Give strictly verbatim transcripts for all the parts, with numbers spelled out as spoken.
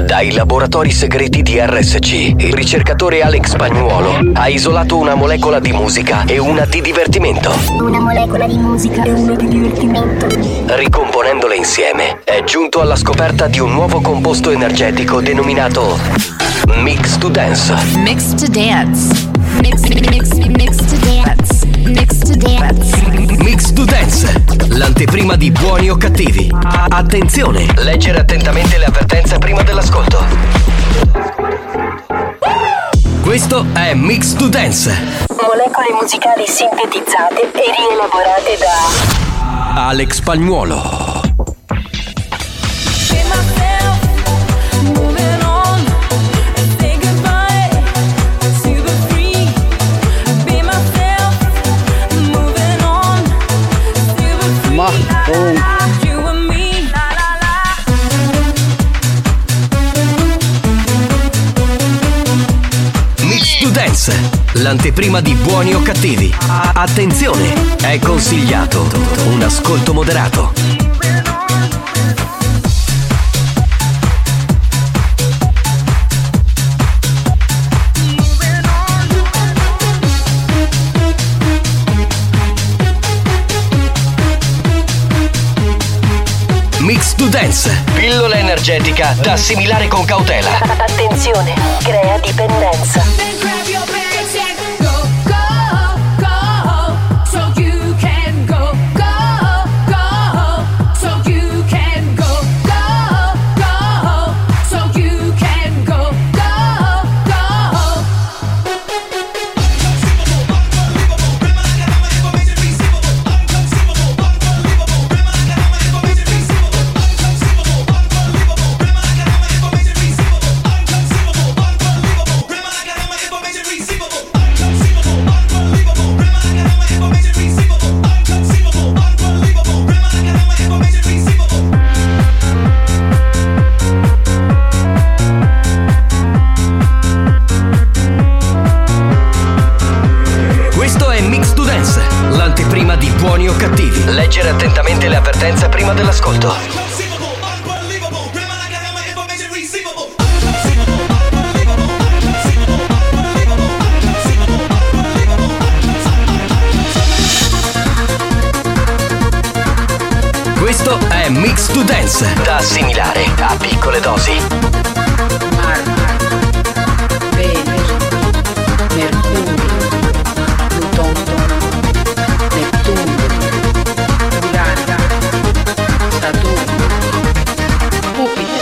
Dai laboratori segreti di R S C, il ricercatore Alex Spagnuolo ha isolato una molecola di musica e una di divertimento. Una molecola di musica e una di divertimento. Ricomponendole insieme, è giunto alla scoperta di un nuovo composto energetico denominato Mix to Dance. Mix to Dance. Mix, mix, mix to Dance. Mix to Dance. Mix to Dance, l'anteprima di Buoni o Cattivi. Attenzione, leggere attentamente le avvertenze prima dell'ascolto. Questo è Mix to Dance. Molecole musicali sintetizzate e rielaborate da Alex Spagnuolo. Mix to Dance, l'anteprima di Buoni o Cattivi. Attenzione, è consigliato un ascolto moderato. Mix to Dance, pillola energetica da assimilare con cautela. Attenzione, crea dipendenza. L'anteprima di Buoni o Cattivi. Leggere attentamente le avvertenze prima dell'ascolto. Questo è Mix to Dance, da assimilare a piccole dosi. Marte, Venere, Mercurio, Plutone, Nettuno, Urano, Saturno, Jupiter.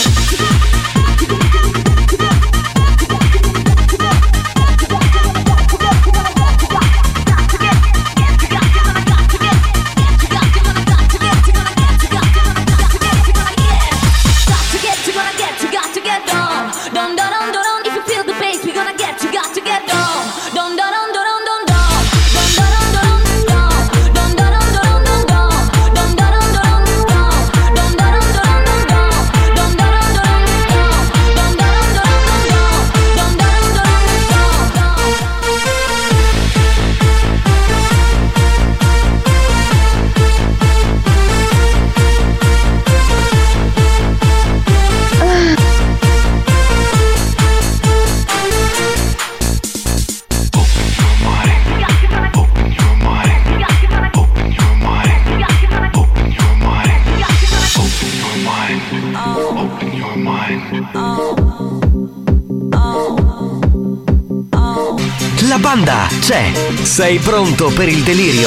La banda c'è. Sei pronto per il delirio?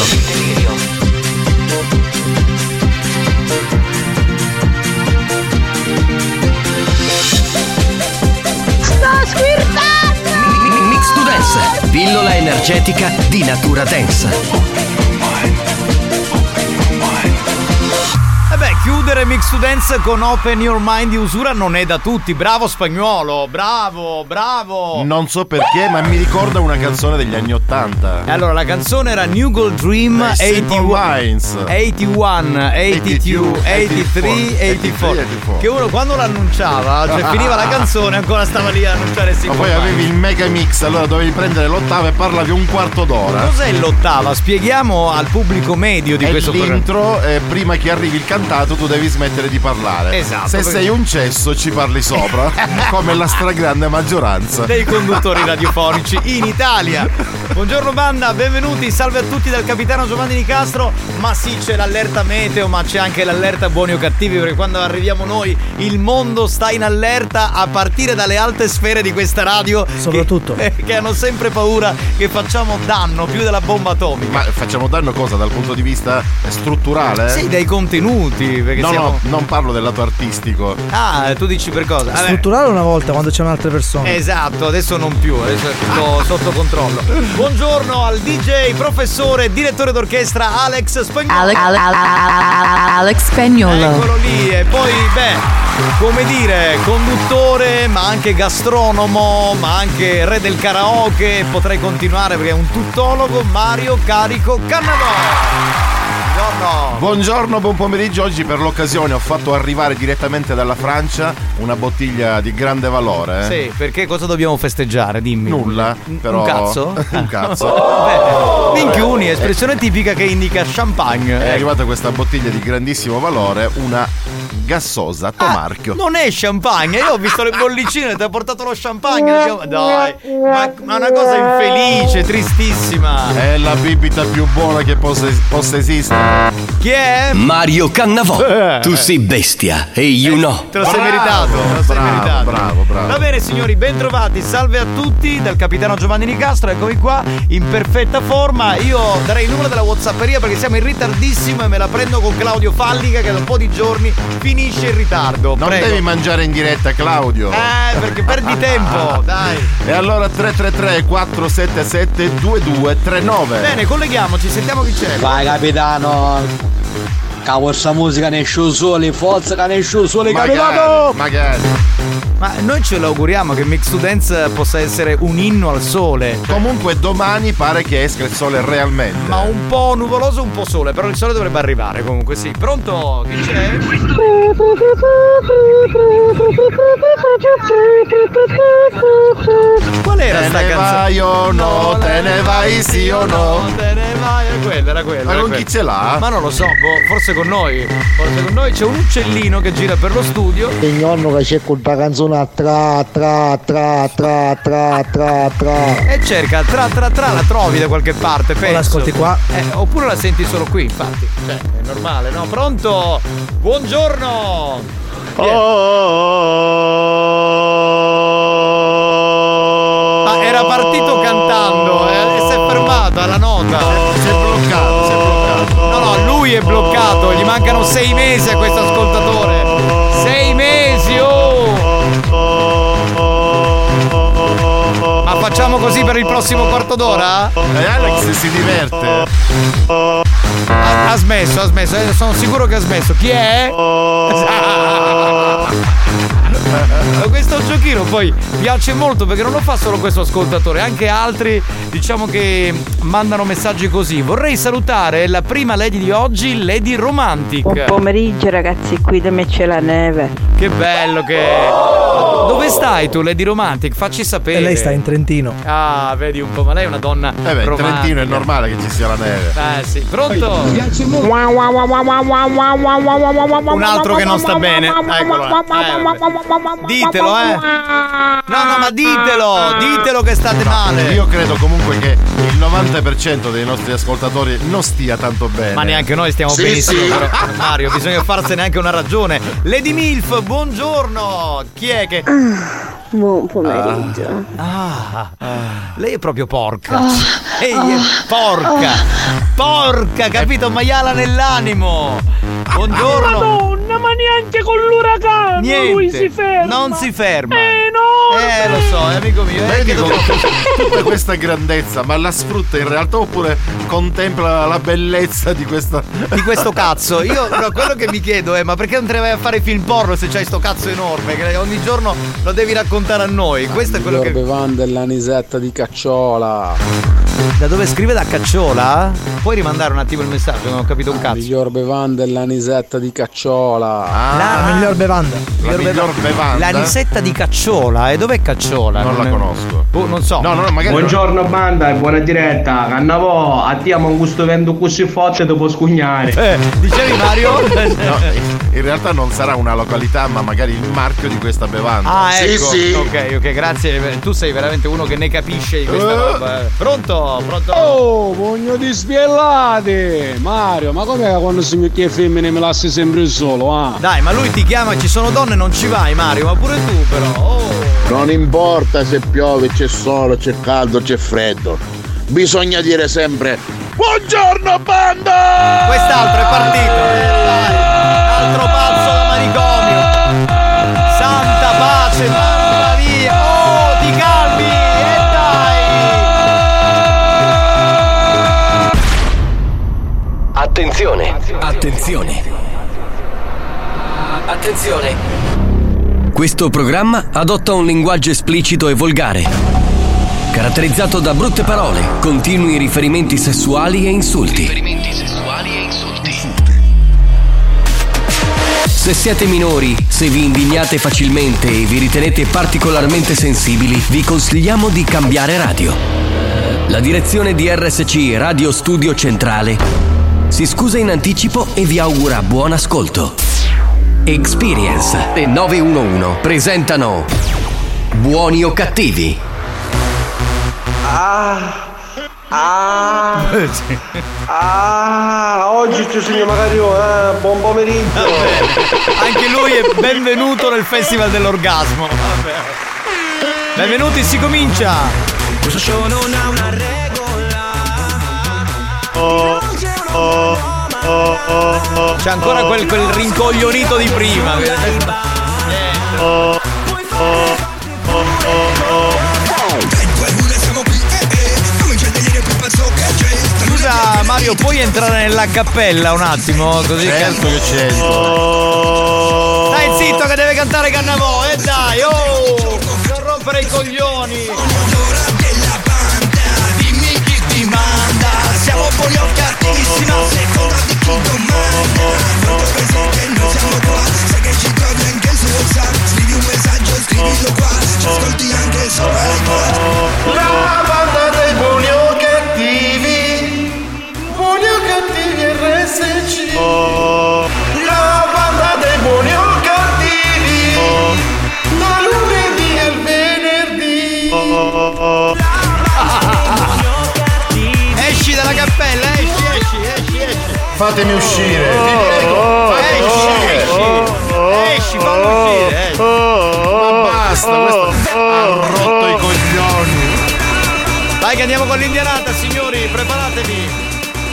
Sto squirtando! Mix to Dance, pillola energetica di natura dance. Eh beh, chiudere Mix to Dance con Open Your Mind di Usura non è da tutti. Bravo Spagnuolo, bravo, bravo. Non so perché, ma mi ricorda una canzone degli anni ottanta. E allora la canzone era New Gold Dream ottantuno, ottantuno, ottantadue, ottantatré, ottantaquattro. Che uno quando l'annunciava, cioè finiva la canzone ancora stava lì a annunciare Simple Ma poi Minds. avevi il mega mix, allora dovevi prendere l'ottava e parlavi un quarto d'ora. Cos'è l'ottava? Spieghiamo al pubblico medio di è questo programma. l'intro, eh, prima che arrivi il cantato tu devi devi smettere di parlare. Esatto. Se perché... sei un cesso ci parli sopra, come la stragrande maggioranza dei conduttori radiofonici in Italia. Buongiorno banda, benvenuti, salve a tutti dal capitano Giovanni Nicastro. Ma sì, c'è l'allerta meteo, ma c'è anche l'allerta buoni o cattivi, perché quando arriviamo noi il mondo sta in allerta, a partire dalle alte sfere di questa radio, soprattutto che, eh, che hanno sempre paura che facciamo danno più della bomba atomica. Ma facciamo danno cosa? Dal punto di vista strutturale? Sì, dai contenuti, perché no, siamo... no, non parlo del lato artistico. Ah, tu dici per cosa? Vabbè. Strutturale una volta, quando c'erano altre persone. Esatto, adesso non più, adesso è tutto sotto controllo. Buongiorno al D J, professore, direttore d'orchestra Alex Spagnuolo. Alex, Alex Spagnuolo. Eccolo lì, e poi, beh, come dire, conduttore, ma anche gastronomo, ma anche re del karaoke, potrei continuare perché è un tuttologo, Mario Carico Cannavò. Buongiorno. Buongiorno, buon pomeriggio. Oggi per l'occasione ho fatto arrivare direttamente dalla Francia una bottiglia di grande valore. Sì, perché cosa dobbiamo festeggiare? Dimmi. Nulla, però... Un cazzo? Un cazzo. Beh, minchiuni, espressione tipica che indica champagne. È arrivata questa bottiglia di grandissimo valore, una gassosa Tomarchio. Ah, non è champagne, io ho visto le bollicine, ti ha portato lo champagne. Dai, ma, ma una cosa infelice, tristissima. È la bibita più buona che possa, possa esistere. Chi è? Mario Cannavò. Tu sei bestia e io no. Te lo sei Bravo, meritato, te lo sei bravo, meritato. bravo, bravo. Va bene signori, bentrovati, salve a tutti dal capitano Giovanni Nicastro, eccomi qua in perfetta forma. Io darei il numero della WhatsApperia perché siamo in ritardissimo e me la prendo con Claudio Fallica che da un po' di giorni finisce in ritardo. Non Prego. devi mangiare in diretta, Claudio. Eh, perché perdi tempo, dai. E allora tre tre tre quattro sette sette due due tre nove. Bene, colleghiamoci, sentiamo chi c'è. Vai capitano. Cavo sta musica ne esce sole, forza che ne esce sole, capitano! Magari. Ma noi ce l'auguriamo che Mix to Dance possa essere un inno al sole. Comunque domani pare che esca il sole realmente. Ma un po' nuvoloso, un po' sole, però il sole dovrebbe arrivare comunque, sì. Pronto? Chi c'è? Qual era te sta ne canzone? vai o no, te ne vai sì o no. Te ne vai, era quella, era quella. Ma era con quella. chi ce l'ha? Ma non lo so, boh, forse con noi. Forse con noi c'è un uccellino che gira per lo studio. Il nonno che c'è con la canzone a tra tra tra tra tra tra tra. E cerca tra tra tra, la trovi da qualche parte, penso. O l'ascolti qua. Eh, oppure la senti solo qui, infatti. Cioè, è normale, no? Pronto? Buongiorno! Chi è? Ah, era partito cantando eh, e si è fermato alla nota. Si è bloccato, si è bloccato. No, no, lui è bloccato, gli mancano sei mesi a questo ascoltatore. Sei mesi, oh! Ma facciamo così per il prossimo quarto d'ora? E Alex si diverte. Ha, ha smesso, ha smesso, eh, sono sicuro che ha smesso. Chi è? Questo giochino poi piace molto perché non lo fa solo questo ascoltatore, anche altri diciamo che mandano messaggi così. Vorrei salutare la prima lady di oggi, Lady Romantic. Buon pomeriggio ragazzi, qui da me c'è la neve. Che bello che è. Dove stai tu, Lady Romantic? Facci sapere. E lei sta in Trentino. Ah, vedi un po', ma lei è una donna Eh beh, in romantica. Trentino è normale che ci sia la neve. Eh sì, pronto? Un altro che non sta bene. Eccolo. Eh, ditelo, eh. No, no, ma ditelo, ditelo che state male. Io credo comunque che il novanta per cento dei nostri ascoltatori non stia tanto bene. Ma neanche noi stiamo Sì, benissimo, sì. però Mario, bisogna farsene anche una ragione. Lady Milf, buongiorno. Chi è che... Buon pomeriggio. Ah, lei è proprio porca. Ehi, è porca. Porca, capito? Maiala nell'animo. Buongiorno. Madonna, ma neanche con l'uragano Niente. lui si ferma. Non si ferma. Eh no. Eh, lo so, è amico mio. Eh, Vedi che con dobbiamo- tutta questa grandezza, ma la sfrutta in realtà oppure contempla la bellezza di questa. di questo cazzo. Io no, quello che mi chiedo è: ma perché non te ne vai a fare film porno se c'hai sto cazzo enorme? Che ogni giorno lo devi raccontare a noi. Questo è quello che. bevanda dell'anisetta di cacciola. Da dove scrive da cacciola? Puoi rimandare un attimo il messaggio? Non ho capito un cazzo. Miglior bevanda dell'anisetta di cacciola. Ah, La miglior bevanda. la miglior bevanda. La risetta di cacciola. E dov'è cacciola? Non la è- conosco. Boh, non so. No, no, magari. Buongiorno banda e buona diretta. Cannavò, a te un gusto vento così forte dopo scugnare. Eh, dicevi Mario? No, in realtà non sarà una località, ma magari il marchio di questa bevanda. Ah, ecco. Sì, sì. Ok, ok, grazie. Tu sei veramente uno che ne capisce di questa uh. roba. Pronto? Pronto? Oh, pugno di spiellati! Mario, ma com'è quando si mette femmine me lasci sempre solo, ah? Dai, ma lui ti chiama, ci sono donne, non ci vai, Mario, ma pure tu però. Oh. Non importa se piove, c'è sole, c'è caldo, c'è freddo. Bisogna dire sempre buongiorno banda! Quest'altro è partito, eh, vai. Altro pazzo da manicomio. Santa pace, mamma mia. Oh, ti calmi, e dai. Attenzione, attenzione. Attenzione. Questo programma adotta un linguaggio esplicito e volgare, caratterizzato da brutte parole, continui riferimenti sessuali e insulti. Riferimenti sessuali e insulti. Se siete minori, se vi indignate facilmente e vi ritenete particolarmente sensibili, vi consigliamo di cambiare radio. La direzione di R S C Radio Studio Centrale si scusa in anticipo e vi augura buon ascolto. Experience e nove uno uno presentano Buoni o Cattivi. Ah, ah, ah, oggi ci segno magari io, eh, buon pomeriggio. Vabbè. Anche lui è benvenuto nel Festival dell'Orgasmo. Vabbè. Benvenuti, si comincia. Questo show non ha una regola. Oh, oh, oh, oh, oh. C'è ancora quel, quel rincoglionito di prima. Oh, oh, oh, oh, oh. Scusa Mario, puoi entrare nella cappella un attimo? Così certo che c'entro. Oh. Stai zitto che deve cantare Cannavò, e eh dai, oh! Non rompere i coglioni! Dimmi chi ti manda, siamo buoni o cattivissimi, a seconda di chi domanda. Pronto pensi che noi siamo qua, sai che ci trovi anche su WhatsApp. Scrivi un messaggio, scrivilo qua, ci ascolti anche sopra le cose. La banda dei buoni o cattivi, buoni o cattivi R S C. Oh. La banda dei buoni o cattivi, oh. Da lunedì al venerdì. Oh. Esci dalla cappella, esci, esci, esci, esci. Fatemi uscire. Oh. Vi prego. Oh. Fatemi Esci, uscire. esci. Oh. Esci, fallo uscire. Esci. Ma basta, questo ha rotto i coglioni. Dai che andiamo con l'indianata, signori, preparatevi.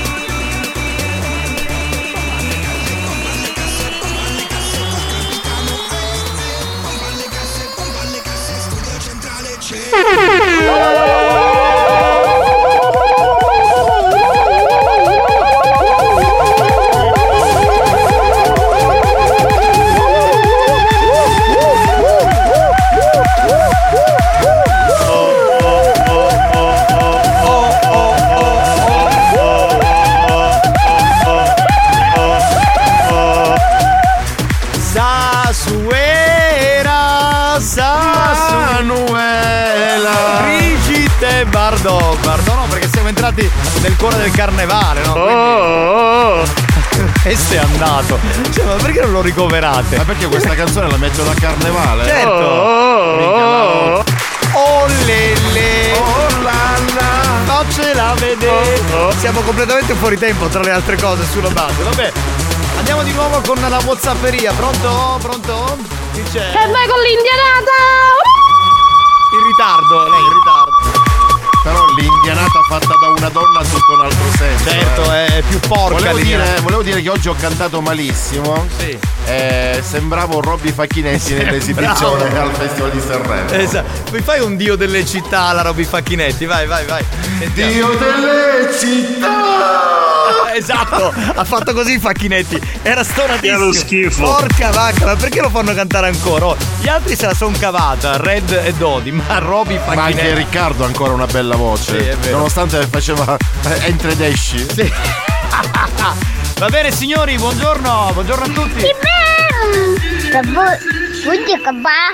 Bardo, Bardo no, perché siamo entrati nel cuore del carnevale, no? Quindi... Oh, oh. E sei andato. Cioè, ma perché non lo ricoverate? Ma perché questa canzone la metto da carnevale? Certo. Oh, oh, oh lele. Oh la la. Non ce la vede. Oh, oh. Siamo completamente fuori tempo tra le altre cose sulla base. Vabbè. Andiamo di nuovo con la WhatsApperia. Pronto? Pronto? Chi c'è? E vai con l'indianata! In ritardo, lei in ritardo. Però l'indianata fatta da una donna sotto un altro senso. Certo, eh. è più porca. Volevo dire, volevo dire che oggi ho cantato malissimo. Sì. Eh, sembravo Robby Facchinetti nell'esibizione al Festival di Sanremo. Esatto. Mi fai un dio delle città la Robby Facchinetti? Vai, vai, vai. Sentiamo. Dio delle città! Esatto, ha fatto così Facchinetti. Era stonatissimo. Che lo schifo. Porca vacca, ma perché lo fanno cantare ancora? Oh, gli altri se la son cavata, Red e Dodi, ma Robby Facchinetti. Ma anche Riccardo ha ancora una bella voce. Sì, è vero. Nonostante faceva eh, entra ed esci. Sì. Va bene signori, buongiorno, buongiorno a tutti.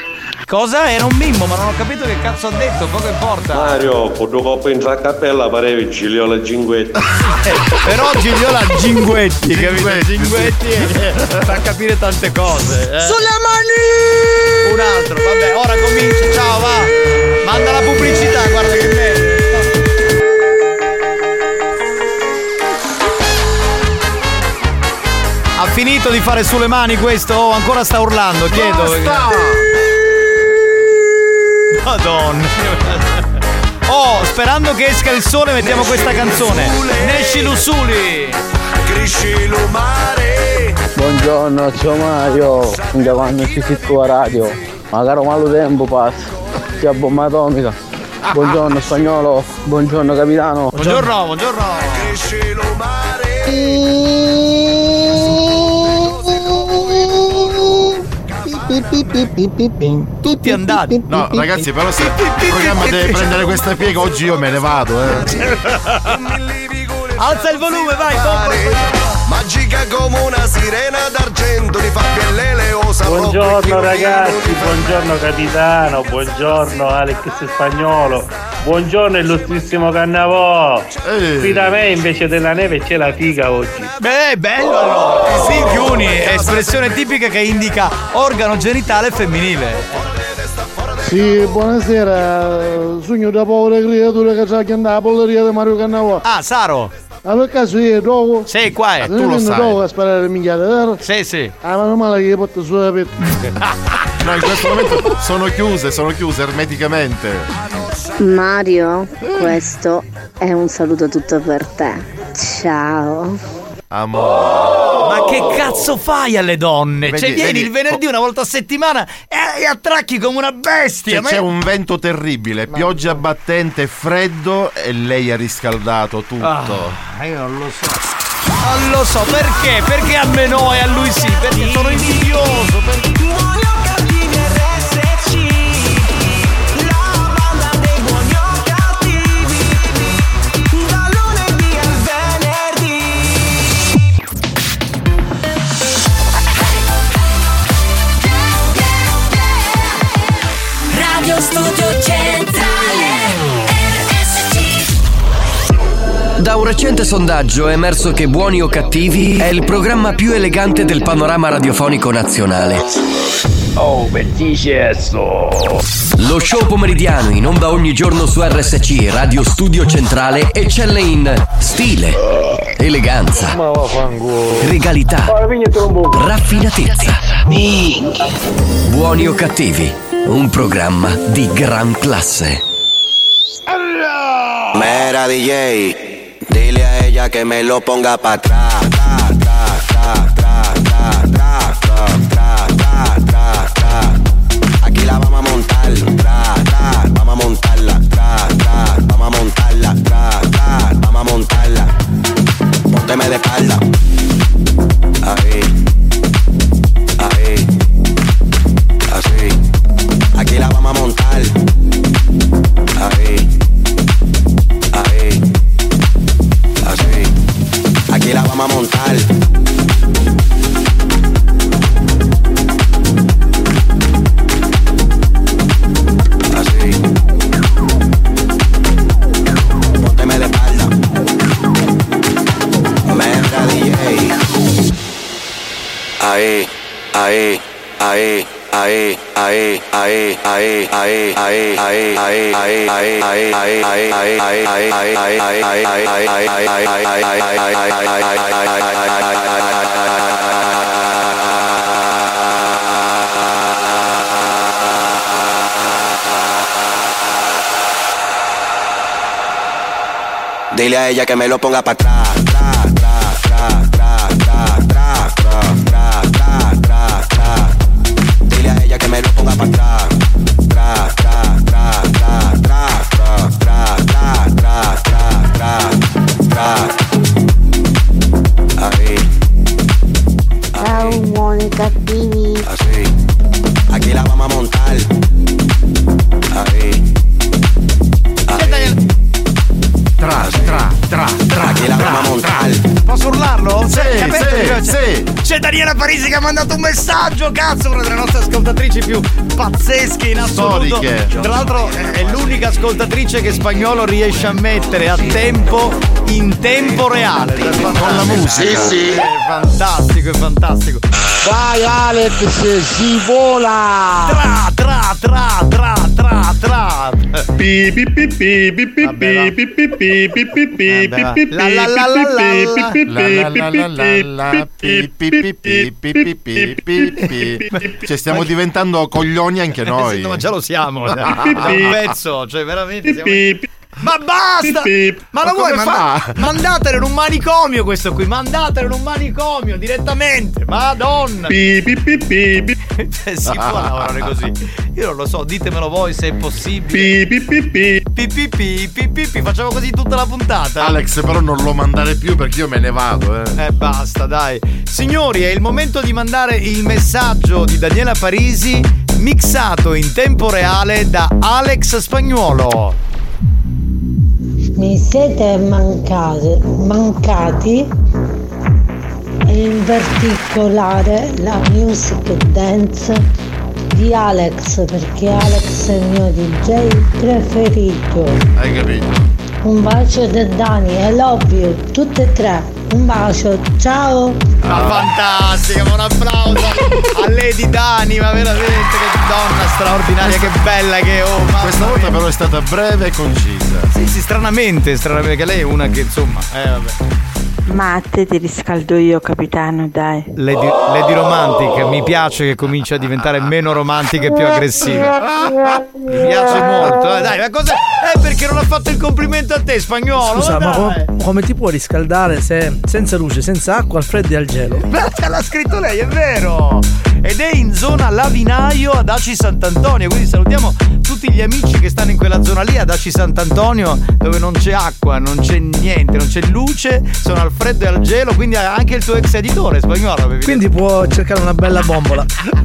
Cosa? Era un mimmo, ma non ho capito che cazzo ha detto, poco importa. Mario, quando coppa entra a cappella parevi Gigliola Ginguetti. Però Gigliola Ginguetti, capito? Ginguetti fa capire tante cose. Eh. Sulle mani! Un altro, vabbè, ora comincia, ciao, va. Manda la pubblicità, guarda che bello. Ha finito di fare sulle mani questo o ancora sta urlando? Chiedo. Perché... Madonna. Oh, sperando che esca il sole mettiamo questa canzone. Nesci Lussuli. Cresci lo mare. Buongiorno, zio Mario. Da quando ci si tua radio. Magari malo tempo passa. Sia bomba atomica. Buongiorno spagnolo. Buongiorno capitano. Buongiorno, buongiorno. Cresci lo mare. Tutti andati. No, ragazzi, però se il programma deve prendere questa piega, oggi io me ne vado, eh. Alza il volume, vai, pompa. Magica come una sirena d'argento di Fabielle Leosa. Buongiorno ragazzi, buongiorno capitano, buongiorno Alex Spagnolo, buongiorno illustrissimo Cannavò. Eh. Qui da me invece della neve c'è la figa oggi. Beh, bello allora. Sì, Chiuni, è espressione tipica che indica organo genitale femminile. Sì, buonasera. Sogno da povere creature che c'ha che andava a polleria di Mario Cannavò. Ah, Saro. Ma per caso io trovo? Sì, qua è, tu lo sai. Non a sparare minchiate, vero? Sì, sì. Ah, ma non male che porta su la petta. No, in questo momento sono chiuse, sono chiuse ermeticamente. Mario, questo è un saluto tutto per te. Ciao. Amore. Ma che cazzo fai alle donne? Vedi, cioè vieni vedi, il venerdì una volta a settimana e, e attracchi come una bestia. Cioè, ma c'è io... un vento terribile, pioggia battente, freddo e lei ha riscaldato tutto. Ah, io non lo so. Non lo so perché? Perché a me no e a lui sì? Perché sono invidioso. Perché... Studio Centrale R S C. Da un recente sondaggio è emerso che Buoni o Cattivi è il programma più elegante del panorama radiofonico nazionale. Oh, bellissimo! Lo show pomeridiano in onda ogni giorno su R S C Radio Studio Centrale eccelle in stile, eleganza, regalità, raffinatezza. Buoni o Cattivi, un programma di gran classe. Mera D J, dile a ella que me lo ponga pa' atrás. Aquí la vamos a montar, vamos a montarla, vamos a montarla, vamos a montarla. Pónteme de espalda. Ahí, ahí, así. Aquí la vamos a montar. Ahí, ahí, así. Aquí la vamos a montar. Así. Pónteme de espalda. Mega D J. Ahí, ahí, ahí. Ahí, ahí, ahí, ahí, ahí, ahí, ahí, ahí, ahí, ahí, ahí, ahí, ahí, dile a ella que me lo ponga para atrás. Que me lo ponga para atrás, tra, tra, tra, tra, tra, tra, tra, tra, tra, tra, tra. Ahí. Ciao, buoni cattivi. Así. Aquí la vamos a montar. Ahí. Ahí. Tra, tra, tra, tra. Aquí la vamos a Daniela Parisi che ha mandato un messaggio, cazzo, una delle nostre ascoltatrici più pazzesche in assoluto. Storiche. Tra l'altro è l'unica ascoltatrice che Spagnolo riesce a mettere a tempo, in tempo reale. Con la musica. Sì, sì. È fantastico, è fantastico. Vai Alex, si vola! Tra, tra, tra, tra, tra, tra. Pi pi pi pi pi pi pi pi pi pi pi pi pi pi pi La la la la Cioè stiamo diventando coglioni anche noi. Ma già lo siamo. Da un pezzo, cioè veramente siamo... Ma basta! Ma lo vuoi? Manda- mandatelo in un manicomio questo qui, mandatelo in un manicomio direttamente, madonna! Pi, pi, pi, pi, pi. Cioè, si può lavorare così? Io non lo so, ditemelo voi se è possibile. Pi, pi, pi, pi. Pi, pi, pi, pi, pi, pi. Facciamo così tutta la puntata. Alex, però non lo mandare più perché io me ne vado, eh. Eh basta, dai. Signori, è il momento di mandare il messaggio di Daniela Parisi mixato in tempo reale da Alex Spagnuolo. Mi siete mancati, mancati e in particolare la music dance di Alex, perché Alex è il mio D J preferito. Hai capito? Un bacio da Dani e love you, tutte e tre. Un bacio, ciao! Ma fantastica, un applauso a Lady Dani, ma veramente che donna straordinaria, che bella che è, oh, questa volta però è stata breve e concisa. Sì, sì, stranamente, stranamente, perché lei è una che insomma, eh vabbè. Ma a te ti riscaldo io, capitano, dai. Lady, Lady Romantic, mi piace che comincia a diventare meno romantica e più aggressiva. Mi piace molto, eh, dai, ma cosa? Eh, perché non ha fatto il complimento a te, Spagnolo? Scusa, ma dai. com- come ti puoi riscaldare se senza luce, senza acqua, al freddo e al gelo? Ma te l'ha scritto lei, è vero! Ed è in zona Lavinaio ad Aci Sant'Antonio, quindi salutiamo tutti gli amici che stanno in quella zona lì ad Aci Sant'Antonio, dove non c'è acqua, non c'è niente, non c'è luce, sono al freddo e al gelo, quindi anche il tuo ex editore Spagnolo avevi quindi detto. Può cercare una bella bombola.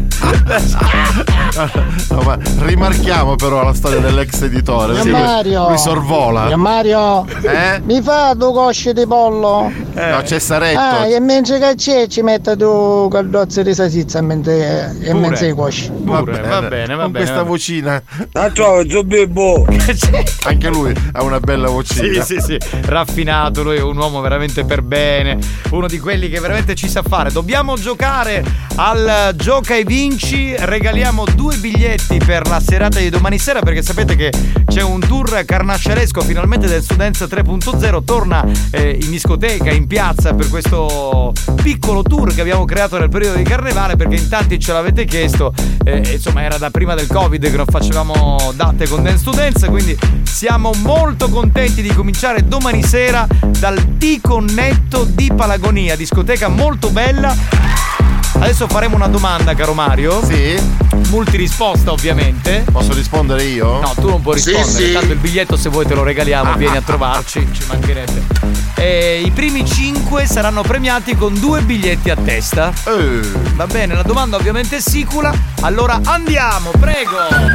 No, ma rimarchiamo però la storia dell'ex editore. Sì, Mario, lui sorvola. Mia Mario, eh? mi fa due cosce di pollo? Eh. No, c'è Saretto. Ah, e mentre che c'è ci mette due caldozze di salsiccia mentre e mentre i cosci. Va bene, va bene, va con bene, questa va bene. vocina. Ah, ciao, Zobibbo. Anche lui ha una bella vocina. Sì, sì, sì, raffinato, lui è un uomo veramente per bene, uno di quelli che veramente ci sa fare. Dobbiamo giocare al Gioca e Vinci, regaliamo due biglietti per la serata di domani sera, perché sapete che c'è un tour carnascialesco finalmente del Studenza tre punto zero, torna eh, in discoteca, in piazza per questo piccolo tour che abbiamo creato nel periodo di carnevale, perché in tanti ce l'avete chiesto, eh, insomma era da prima del Covid che non facevamo date con Dance to Dance, quindi siamo molto contenti di cominciare domani sera dal T-Connetto di Palagonia, discoteca molto bella. Adesso faremo una domanda, caro Mario. Sì. Multirisposta, ovviamente. Posso rispondere io? No, tu non puoi rispondere. Sì, sì. Tanto il biglietto, se vuoi, te lo regaliamo. Vieni a trovarci, ci mancherebbe. E i primi cinque saranno premiati con due biglietti a testa. Eh. Va bene, la domanda ovviamente è sicula. Allora andiamo, prego.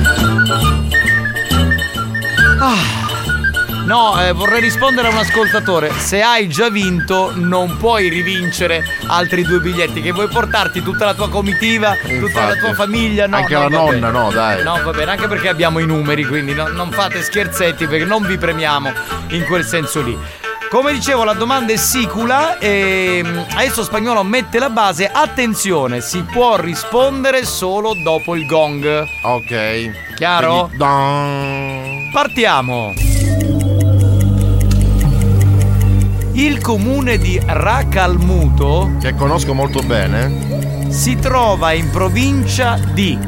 Ah. No, eh, vorrei rispondere a un ascoltatore. Se hai già vinto non puoi rivincere altri due biglietti, che vuoi portarti tutta la tua comitiva, Infatti. tutta la tua famiglia. No, anche no, la va nonna, bene. no, dai. No, va bene, anche perché abbiamo i numeri, quindi no, non fate scherzetti, perché non vi premiamo in quel senso lì. Come dicevo, la domanda è sicula e adesso Spagnolo mette la base. Attenzione, si può rispondere solo dopo il gong. Ok. Chiaro? Quindi, partiamo. Il comune di Racalmuto, che conosco molto bene, si trova in provincia di.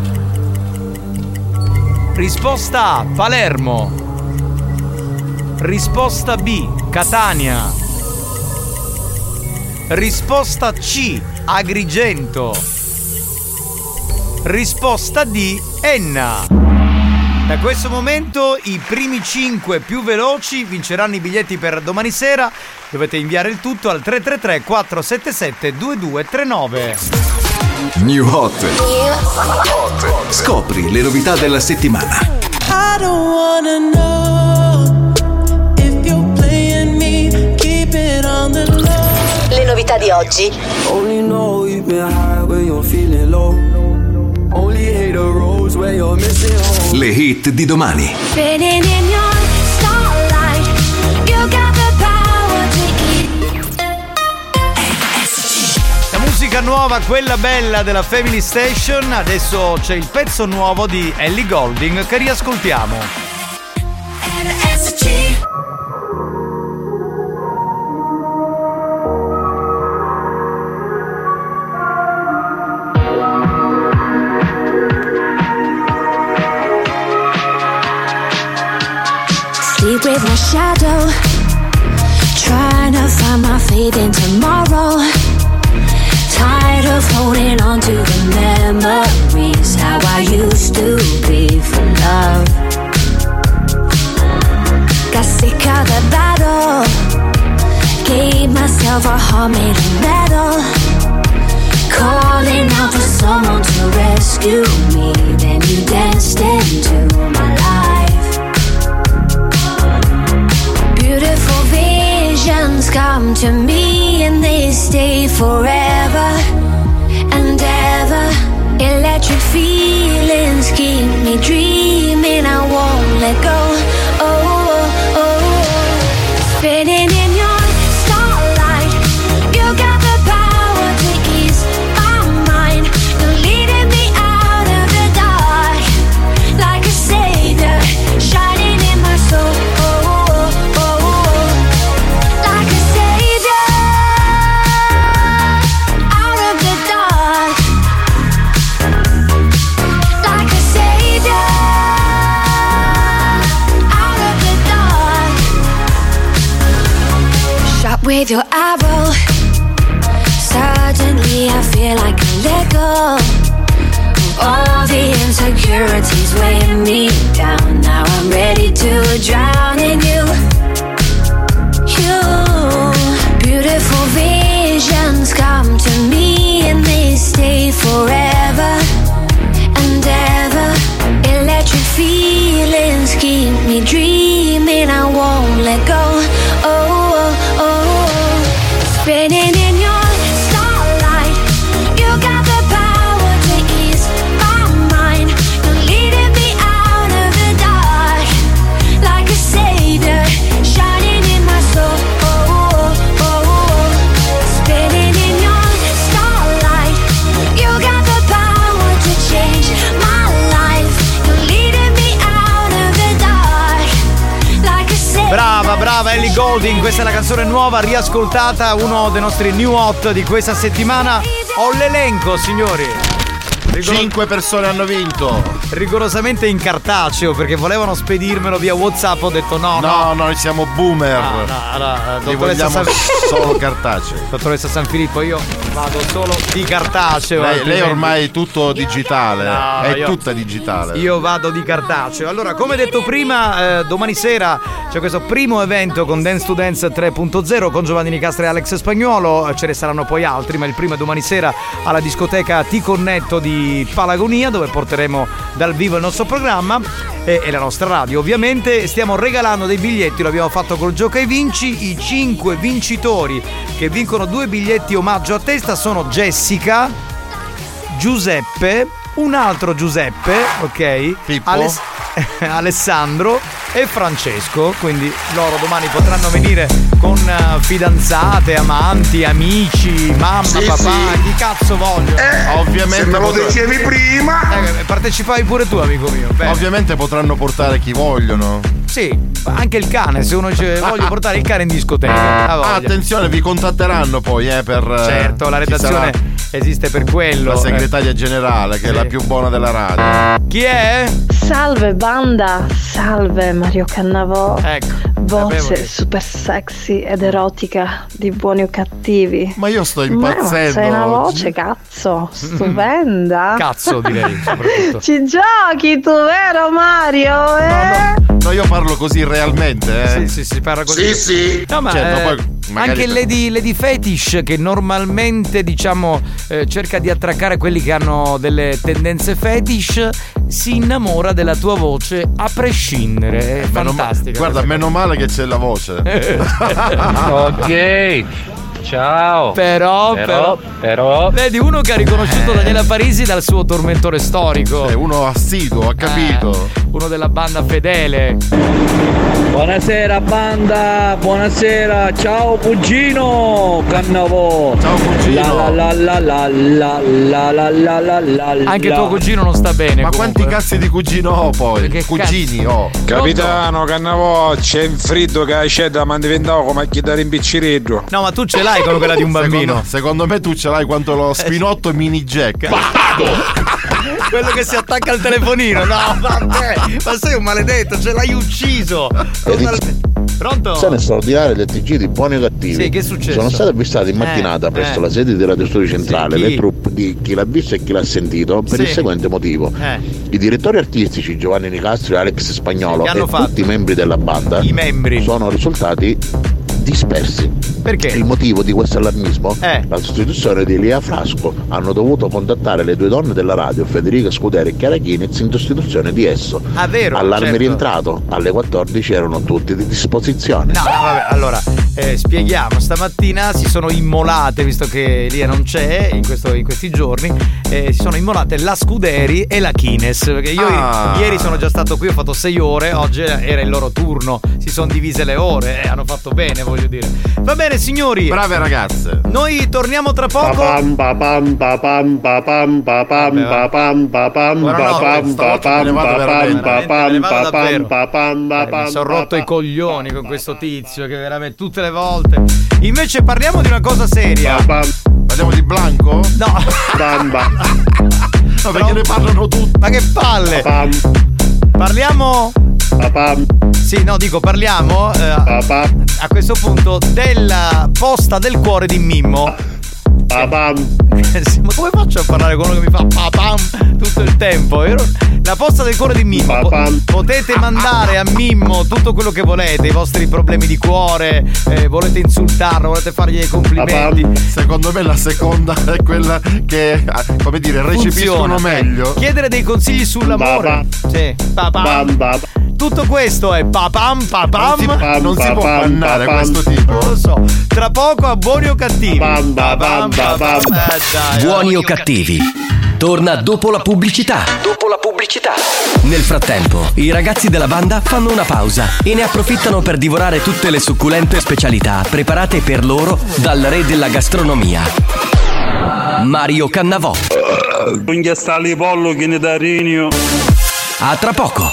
Risposta A, Palermo. Risposta B, Catania. Risposta C, Agrigento. Risposta D, Enna. Da questo momento i primi cinque più veloci vinceranno i biglietti per domani sera. Dovete inviare il tutto al tre tre tre quattro sette sette due due tre nove. New Hot. Scopri le novità della settimana. I don't wanna know if you're playing me, keep it on the low. Le novità di oggi. Only know you've been high when you're feeling low. Only hate the roads where you're missing home. Le hit di domani. Spinning in your starlight, you got the power to eat. La musica nuova, quella bella della Family Station. Adesso c'è il pezzo nuovo di Ellie Goulding che riascoltiamo. R S C. Sleep with my shadow, trying to find my faith in tomorrow. Tired of holding on to the memories, how I used to be for love. Got sick of the battle, gave myself a heart made of metal. Calling out for someone to rescue me, then you danced into my life. Beautiful visions come to me and they stay forever and ever. Electric feelings keep me dreaming, I won't let go. Oh, oh, oh. Spinning in your starlight, you got the power to ease my mind. You're leading me out of the dark like a savior, shining in my soul. With your arrow, suddenly I feel like I let go of all the insecurities weighing me down. Now I'm ready to drown in you. You, beautiful visions come to me and they stay forever and ever. Electric feelings keep me dreaming, I won't let go. Oh, oh, oh. Spinning in your starlight, you got the power to ease my mind. You're leading me out of the dark like a savior, shining in my soul. Oh, oh, oh. Spinning in your starlight, you got the power to change my life. You're leading me out of the dark like a savior. Brava, brava Ellie Goulding, questa è la canzone nuova riascoltata, uno dei nostri new hot di questa settimana. Ho l'elenco, signori. Rigor- Cinque persone hanno vinto. Rigorosamente in cartaceo perché volevano spedirmelo via WhatsApp. Ho detto no, no, no, noi siamo boomer. No, no, no, Li vogliamo San... solo cartaceo. Dottoressa San Filippo, io vado solo di cartaceo. Lei, lei ormai è tutto digitale. No, è io, tutta digitale. Io vado di cartaceo. Allora, come detto prima, eh, domani sera c'è questo primo evento con Dance to Dance tre punto zero con Giovanni Nicastro e Alex Spagnuolo. Ce ne saranno poi altri, ma il primo è domani sera alla discoteca Ti Connetto di Palagonia, dove porteremo dal vivo il nostro programma e, e la nostra radio. Ovviamente stiamo regalando dei biglietti, lo abbiamo fatto col Gioca e Vinci. I cinque vincitori che vincono due biglietti omaggio a testa sono Jessica, Giuseppe, un altro Giuseppe, ok? Aless- Alessandro e Francesco. Quindi loro domani potranno venire con uh, fidanzate, amanti, amici, mamma, sì, papà, sì. Chi cazzo voglio. Eh, Ovviamente se me lo potrà... dicevi prima. Eh, partecipavi pure tu, amico mio. Bene. Ovviamente potranno portare chi vogliono. Sì, anche il cane, se uno dice voglio portare il cane in discoteca. Ah, attenzione, vi contatteranno poi eh, per. Certo, la redazione esiste per quello. La segretaria generale, che sì. è la più buona della radio. Chi è? Salve banda, salve Mario Cannavò. Ecco. Voce che... super sexy ed erotica di Buoni o Cattivi. Ma io sto impazzendo. Ma sei una voce, cazzo, stupenda. Cazzo, direi, soprattutto. Ci giochi tu, vero Mario? Eh? No, no. No, io parlo così realmente, eh. Sì, sì, si parla così. Sì, sì. No, ma certo, eh, poi anche per... Lady, Lady Fetish, che normalmente, diciamo, eh, cerca di attraccare quelli che hanno delle tendenze fetish, si innamora della tua voce a prescindere. È meno fantastica. Ma... Guarda, meno male che c'è la voce. Ok. Ciao. Però, Però, però, però. vedi uno che ha riconosciuto Daniela Parisi dal suo tormentore storico. È uno assiduo, ha capito. Eh, uno della banda fedele. Buonasera banda, buonasera, ciao cugino, Cannavò. Ciao cugino. La la la la la la la la la la. Anche tuo cugino non sta bene. Ma comunque. quanti cazzi di cugino ho poi? Che Cugini ho. Capitano Cannavò, c'è un fritto che c'è da mandiventare come a chiedere in picciriddo. No, ma tu ce l'hai come quella di un bambino. Secondo, secondo me tu ce l'hai quanto lo spinotto mini jack. Quello che si attacca al telefonino. No, vabbè. Ma sei un maledetto, ce l'hai ucciso. Pronto? Edizione straordinaria del T G di Buoni o Cattivi. Sì, che è successo? Sono state avvistate in mattinata Eh, presso eh. la sede di Radio Studio Centrale Sì, chi? le troupe di chi l'ha visto e chi l'ha sentito per Sì. il seguente motivo. Eh. I direttori artistici Giovanni Nicastro e Alex Spagnolo Che hanno e fatto? tutti i membri della banda I membri. sono risultati dispersi. Perché? Il motivo di questo allarmismo? Eh. La sostituzione di Elia Frasco. Hanno dovuto contattare le due donne della radio, Federica Scuderi e Chiara Chinez, in sostituzione di esso. Ah, vero? Allarme certo. rientrato, alle quattordici erano tutti di disposizione. No, no, vabbè, allora eh, spieghiamo. Stamattina si sono immolate, visto che Elia non c'è in, questo, in questi giorni, eh, si sono immolate la Scuderi e la Kines. Perché io Ah. ieri sono già stato qui, ho fatto sei ore, oggi era il loro turno, si sono divise le ore e hanno fatto bene, voglio dire. Va bene, signori. Brave ragazze. Noi torniamo tra poco. Papam papam papam papam papam papam papam papam papam papam papam papam papam. Mi sono rotto i coglioni con questo tizio che veramente tutte le volte. Invece parliamo di una cosa seria. Parliamo di Blanco? No. Bamba. No, perché ne parlano tutti. Ma che palle. Parliamo. Sì, no, dico parliamo eh, a questo punto della posta del cuore di Mimmo. Papam. Ma come faccio a parlare con uno che mi fa papam tutto il tempo? Io non- La posta del cuore di Mimmo. Po- potete mandare a Mimmo tutto quello che volete, i vostri problemi di cuore, eh, volete insultarlo, volete fargli dei complimenti. Secondo me la seconda è quella che, come dire, recepiscono Funziona. meglio. Chiedere dei consigli sull'amore. Sì, papam. Tutto questo è papam papam. Non si- non si può bannare questo tipo. Non lo so. Tra poco a Buoni o Cattivi. Papam, papam. Eh, dai, Buoni o cattivi? Torna dopo la pubblicità. Dopo la pubblicità. Nel frattempo, i ragazzi della banda fanno una pausa e ne approfittano per divorare tutte le succulente specialità preparate per loro dal re della gastronomia, Mario Cannavò. Un sta pollo che ne da Rinio. A tra poco.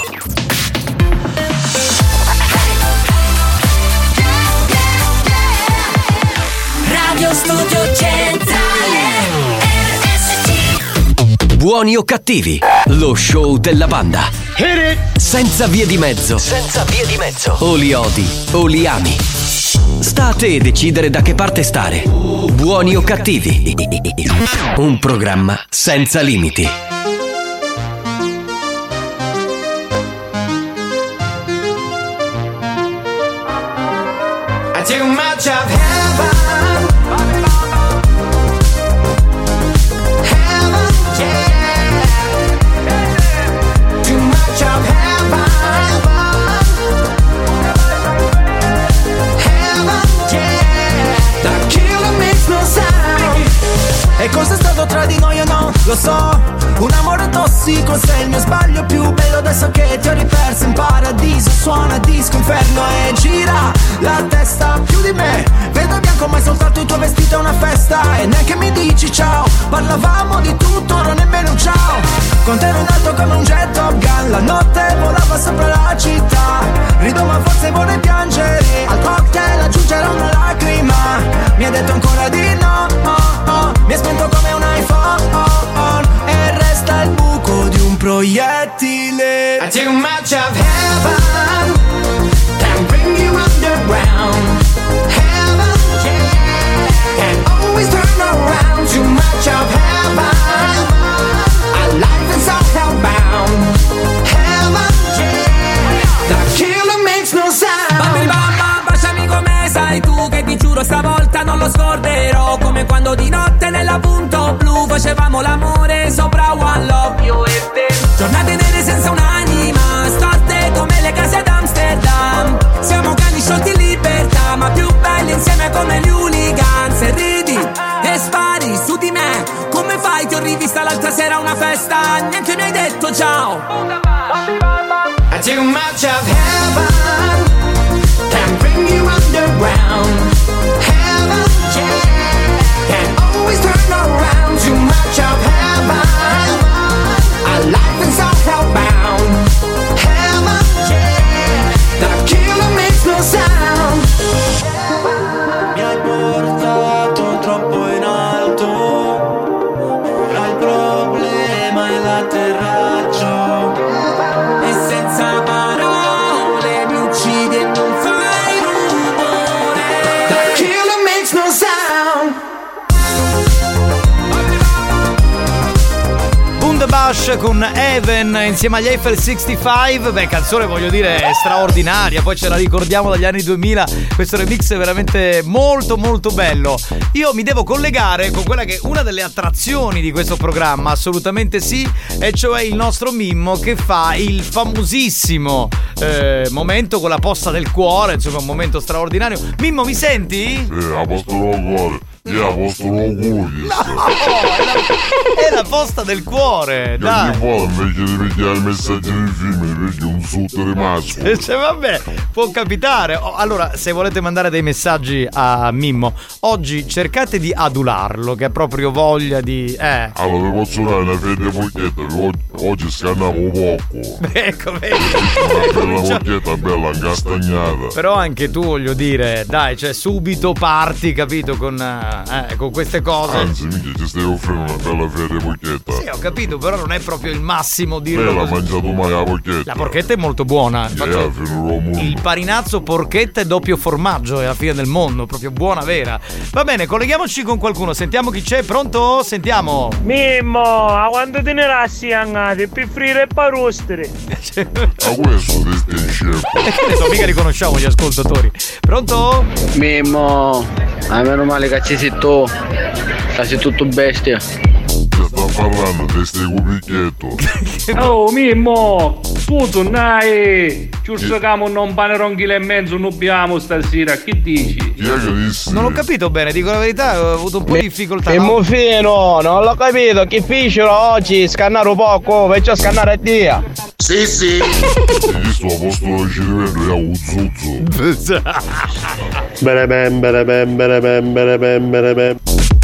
Radio Studio Centrale R S C. Buoni o cattivi? Lo show della banda. Senza vie di mezzo. Senza vie di mezzo. O li odi o li ami. Sta a te decidere da che parte stare. Buoni o cattivi? Un programma senza limiti. I too much of heaven. Heaven, yeah. Too much of heaven. Heaven, yeah. The killer makes no sound. E cosa è stato tra di noi o no? Lo so. Un amore tossico, sei il mio sbaglio più bello. Adesso che ti ho riperso in paradiso, suona disco inferno e gira la testa più di me. Vedo bianco ma è soltanto il tuo vestito è una festa. E neanche mi dici ciao. Parlavamo di tutto, non nemmeno un ciao. Con te ero in alto come un jet Top Gun. La notte volava sopra la città. Rido ma forse vorrei piangere. Al cocktail aggiungerò una lacrima. Mi ha detto ancora di no, oh, oh. Mi ha spento come un iPhone e resta il buco di un proiettile. I too much of heaven. Can bring you underground. Heaven, yeah. Can always turn around. Too much of heaven. Our life is all hellbound. Heaven, yeah. The killer makes no sound. Bambi bamba, baciami come sai tu, che ti giuro stavolta non lo scorderò. Come quando di notte nella punto blu facevamo l'amore sopra One Love, io e te. Giornate nere senza un'anima, storte come le case ad Amsterdam. Siamo cani sciolti in libertà, ma più belli insieme come gli hooligans. ciao. Too much of heaven can bring you underground. Heaven, yeah, can always turn around. Too much of heaven, our life is all hellbound. Heaven, yeah, the killer makes no sound. Mi hai portato troppo in alto, ora il problema è l'atterraggio. E senza parole mi uccidi e non fai rumore. The killer makes no sound. Bundabash con Even insieme agli Eiffel sessantacinque. Beh, canzone voglio dire straordinaria. Poi ce la ricordiamo dagli anni duemila. Questo remix è veramente molto molto bello. Io mi devo collegare con quella che è una delle attrazioni di questo programma, assolutamente sì, e cioè il nostro Mimmo che fa il famosissimo eh, momento con la posta del cuore. Insomma, un momento straordinario. Mimmo, mi senti? Eh, la posta del cuore. Io posto lo culo. No, è la, è la posta del cuore. Dai. Ogni volta invece di pigliare il messaggio del film mi piglio un sotto rimasto. Cioè, vabbè, può capitare. Allora, se volete mandare dei messaggi a Mimmo, oggi cercate di adularlo, che ha proprio voglia di. Eh. Allora, vi posso dare una fede bocchetta, oggi, oggi scannavo poco. Ecco, vedi. Una bella bocchetta, bella incastagnata. Però anche tu, voglio dire, dai, cioè subito parti, capito, con. Eh, con queste cose. Anzi, minchia, ci stai offrendo una bella feria porchetta. Sì, ho capito, però non è proprio il massimo dirlo. Lei l'ha così. mangiato mai la porchetta? La porchetta è molto buona. Yeah, il parinazzo, porchetta e doppio formaggio è la fine del mondo, proprio buona vera. Va bene, colleghiamoci con qualcuno, sentiamo chi c'è. Pronto? Sentiamo. Mimmo, a quando te ne rassi angati per frire e parostere? A questo ti stai scemo. Che ne so, mica riconosciamo gli ascoltatori. Pronto? Mimmo, a meno male che ci sei tu, sei tutto bestia. Ti sto parlando, ti stai cupicchietto. Oh Mimmo, tu tornai, giusto che non panero un chilo e mezzo, non abbiamo stasera, che dici? Chi è che disse? Non ho capito bene, dico la verità, ho avuto un po' di difficoltà. E mo fino, non l'ho capito, che fecero oggi, scannare poco, perciò scannare a dia. Sì, sì. Io sto a posto di cervello e a un zuzzo. Bene ben, bene ben, bene ben, bene ben, bene ben.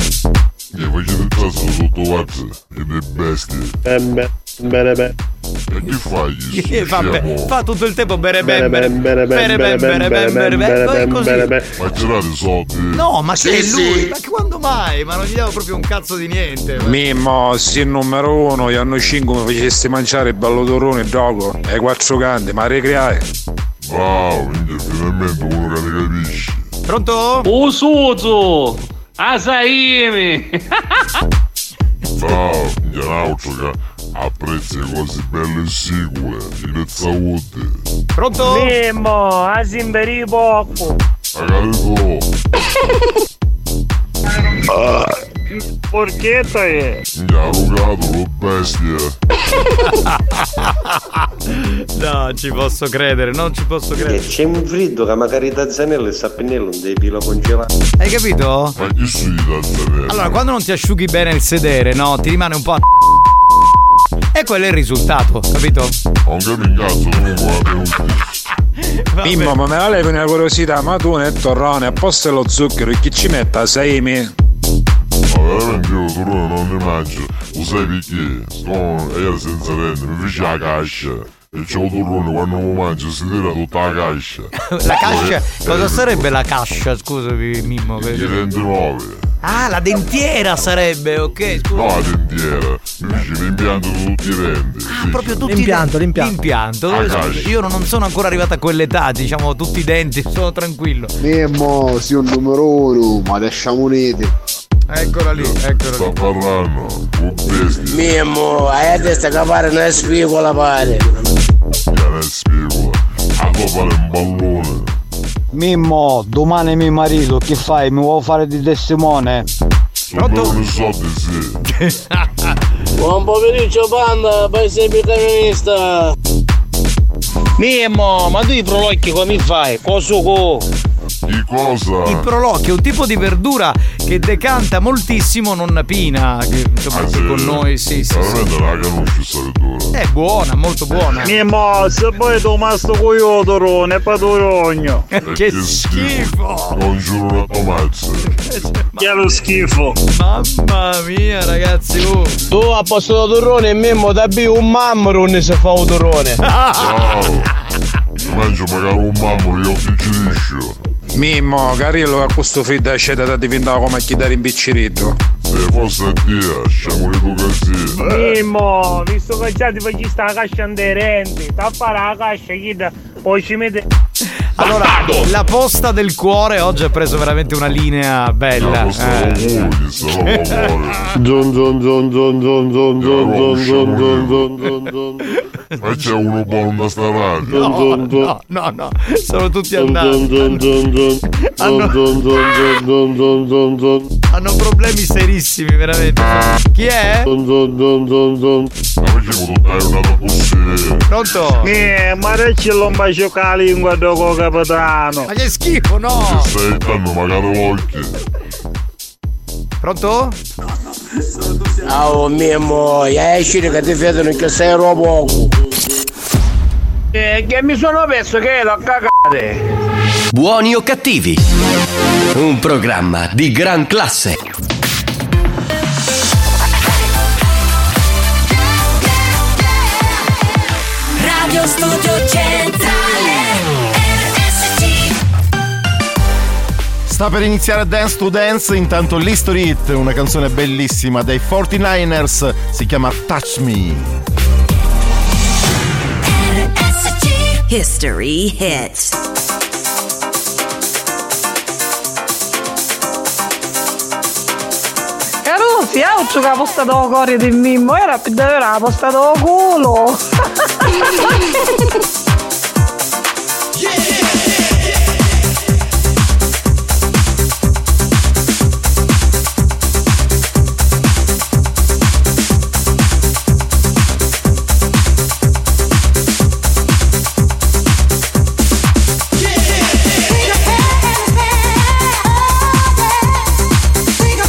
Mi facete il cazzo sotto WhatsApp, che dei bestie. Bene bene bene. E che fai? Eh, fa, be- fa tutto il tempo bere Bene ben bene bene bene bene bene bene bene bene bene. Ma girate i soldi? No, ma Sì, che è sì. lui? Ma che quando mai? Ma non gli davo proprio un cazzo di niente. ma- Mimmo, sì, il numero uno, gli hanno cinque mi facesti mangiare il ballo d'orone dopo, ai quattro canti, ma recreai. Wow, minchia, finalmente uno che ne capisce. Pronto? Usuzu, Asaimi. Bravo, minchia, un altro che apprezza le cose belle e sicure, in salute. Pronto? Mimmo, asimberi poco. Magari Porchetta è? Mi ha rugato lo bestia. No, ci posso credere, non ci posso credere. C'è un freddo che magari Tazzanello e Sappinello non devi pilo congelato. Hai capito? Ma chi sui Tazzanello? Allora, quando non ti asciughi bene il sedere, no, ti rimane un po' a... E quello è il risultato, capito? Non capi un cazzo, comunque Mimmo, ma me la levi una curiosità, ma tu nel torrone a posto dello zucchero e chi ci mette a Saimi? Ma veramente io il turrone non ne mangio. Lo sai perché? Sto ero senza denti, mi fece la cascia. E c'ho il turrone quando lo mangio si tira tutta la cascia. La cascia? Eh, Cosa eh, sarebbe la cascia, scusami Mimmo? I denti nuovi. Ah, la dentiera sarebbe, ok, scusa. No, la dentiera, mi fece l'impianto di tutti i denti. Ah, proprio tutti L'impianto, i denti. l'impianto. L'impianto. La cascia. Io non sono ancora arrivato a quell'età, diciamo, tutti i denti, sono tranquillo. Mimmo, sei un numero uno, ma lasciamo uniti. Eccola lì, eccola Sta lì. parlando, un bestia. Mimmo, hai a testa che pare una spigola pare. Che ne spiego, a tua fare un pallone. Mimmo, domani mio marito, che fai? Mi vuoi fare di testimone? Sono per i soldi, sì. Buon pomeriggio Panda, paese camionista. Mimmo, ma tu i prolocchi come fai? Cosuco? Che cosa? Il prolocchio è un tipo di verdura che decanta moltissimo nonna Pina, che insomma Ah, qui sì? con noi, sì, sì, sì. Veramente la conosci sta verdura? È buona, molto buona. Mimmo, se poi tu masto con io torone, padurogno. Che schifo. Non giuro una tomazza. Che è lo schifo. Mamma mia, ragazzi. Uh. Tu a posto del torrone e Mimmo da un mammaron se fa un torrone. Ciao. Mangio magari un mammo io picciriscio. Mimmo, Carillo a questo freddo accetta da diventare come a chiedere in piccirito. Se fosse a Dio, sciamo le tue casine. Mimmo, visto che già ti facci sta la cascia aderente, tappa la cascia, chida, poi ci mette. Allora, la posta del cuore oggi ha preso veramente una linea bella. La posta del cuore, sta Zon zon zon zon zon zon zon zon zon zon zon zon. Ma c'è uno buono da sta radio. No, no, no, no, sono tutti andati. Hanno, hanno problemi serissimi, veramente. Chi è? Ma facevo dare una tosse. Pronto? Eh, ma c'è un bacio con la lingua dopo capitano. Ma che schifo, no? Se stai dando magari l'occhio. Pronto? Oh mio amore, esci che ti vedono che sei poco. Eh, che mi sono perso che l'ho cagate. Buoni o cattivi? Un programma di gran classe. Radio Studio Centrale R S C. Sta per iniziare Dance to Dance, intanto l'History Hit, una canzone bellissima dei quarantanovers, si chiama Touch Me. R S C History Hits. Carusi, oggi che ha postato la corria di Mimmo, era più davvero ha postato il culo.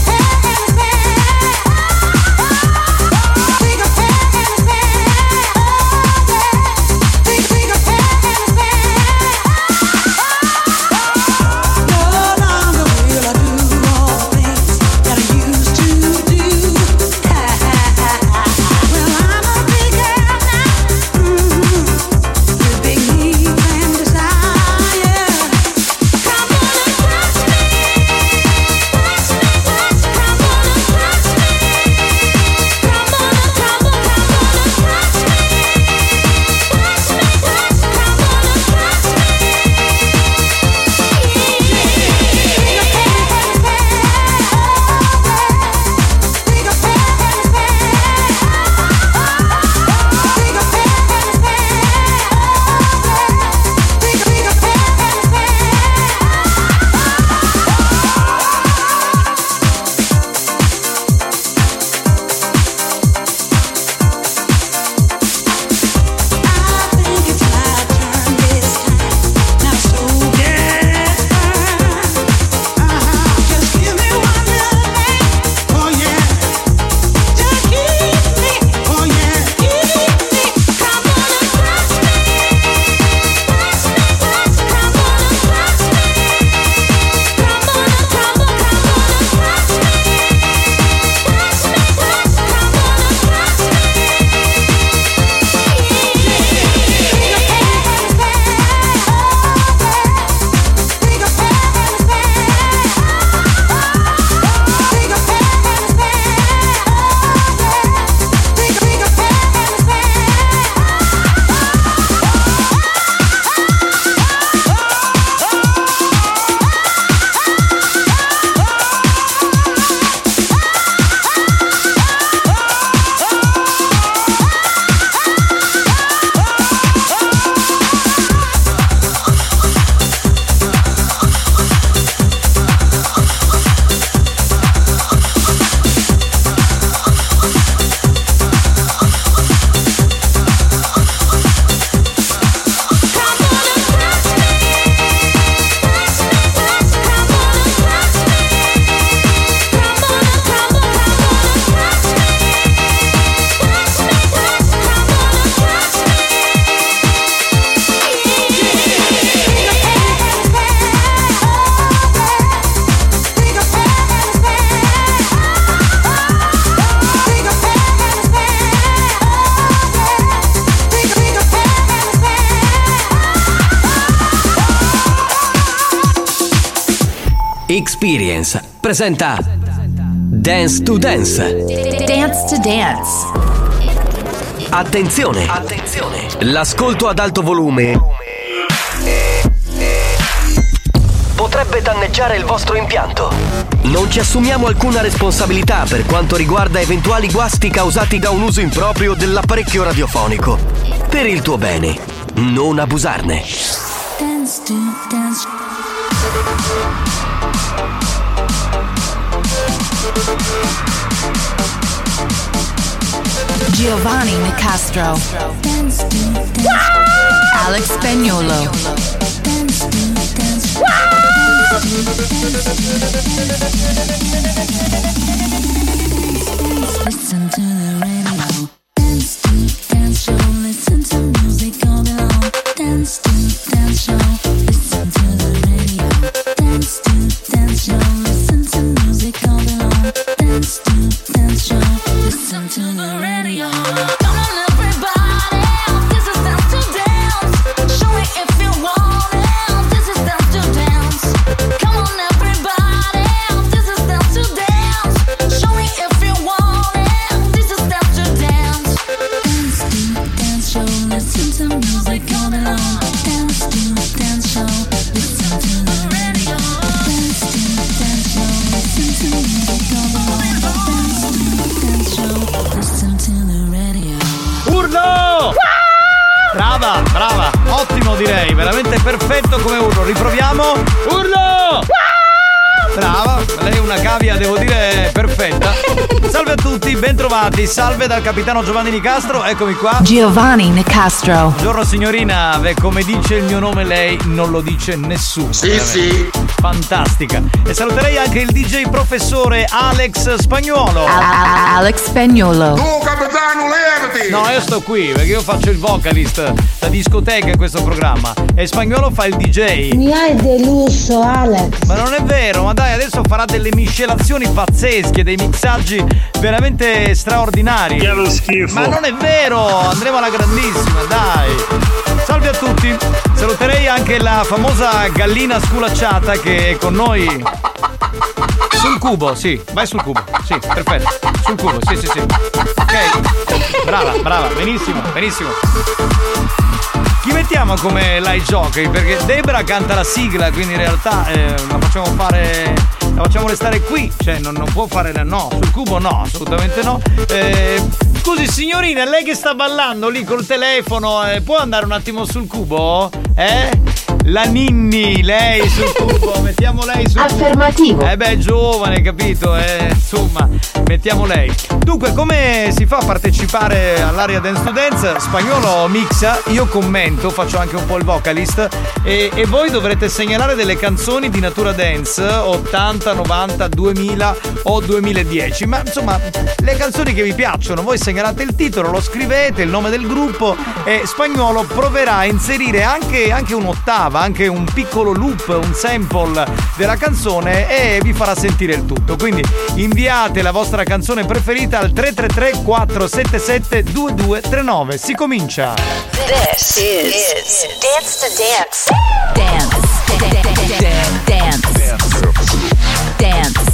We got Experience presenta Dance to Dance. Dance to Dance. Attenzione! Attenzione! L'ascolto ad alto volume potrebbe danneggiare il vostro impianto. Non ci assumiamo alcuna responsabilità per quanto riguarda eventuali guasti causati da un uso improprio dell'apparecchio radiofonico. Per il tuo bene, non abusarne. Dance to dance. Giovanni Nicastro. Dance to dance. Alex Spagnuolo. Dance to dance. Listen to the radio. Dance to dance show. Listen to music all day long. Dance to dance show. Listen to the radio. Dance to dance show. Listen to music all day long. Dance to dance show. Listen to the radio. Come on everybody, this is dance to dance. Show me if you want it. This is dance to dance. Come on everybody, this is dance to dance. Show me if you want it. This is dance to dance. Dance to dance show. Listen to music all day long. Dance to dance show. Listen to the radio. Dance to dance show. Listen to music all day long. Dance to dance show. Listen to the radio. Urlo! Brava, brava, ottimo direi, veramente perfetto come urlo. Riproviamo. Urlo! Brava, lei è una cavia, devo dire, perfetta. Salve a tutti, bentrovati, salve dal capitano Giovanni Nicastro, eccomi qua. Giovanni Nicastro. Buongiorno signorina, beh, come dice il mio nome lei non lo dice nessuno. Sì, veramente. sì. Fantastica. E saluterei anche il D J professore Alex Spagnuolo. A- Alex Spagnuolo. Tu capitano levati! No, io sto qui perché io faccio il vocalist da discoteca in questo programma e Spagnuolo fa il D J. Mi hai deluso, Alex. Ma non è vero, ma dai, adesso farà delle miscelazioni pazzesche, dei mixaggi veramente straordinari. Che lo schifo. Ma non è vero, andremo alla grandissima, dai. Salve a tutti. Saluterei anche la famosa gallina sculacciata che è con noi. Sul cubo, sì, vai sul cubo. Sì, perfetto. Sul cubo, sì, sì, sì. Ok. Brava, brava, benissimo, benissimo. Chi mettiamo come light jockey? Perché Debra canta la sigla, quindi in realtà eh, la facciamo fare. La facciamo restare qui, cioè non, non può fare la no, sul cubo no, assolutamente no. Eh, scusi signorina, lei che sta ballando lì col telefono, eh, può andare un attimo sul cubo? Eh? La Ninni, lei sul cubo, mettiamo lei sul Affermativo. cubo. Eh beh, è giovane, capito? Eh, insomma, mettiamo lei. Dunque, come si fa a partecipare all'area Dance to Dance? Spagnuolo mixa, io commento, faccio anche un po' il vocalist e, e voi dovrete segnalare delle canzoni di natura dance ottanta, novanta, duemila o duemiladieci, ma insomma le canzoni che vi piacciono. Voi segnalate il titolo, lo scrivete, il nome del gruppo e Spagnuolo proverà a inserire anche, anche un'ottava, anche un piccolo loop, un sample della canzone e vi farà sentire il tutto. Quindi inviate la vostra canzone preferita al tre tre tre quattro sette sette due due tre nove. Si comincia. This is Dance to Dance. Dance. Dance. Dance.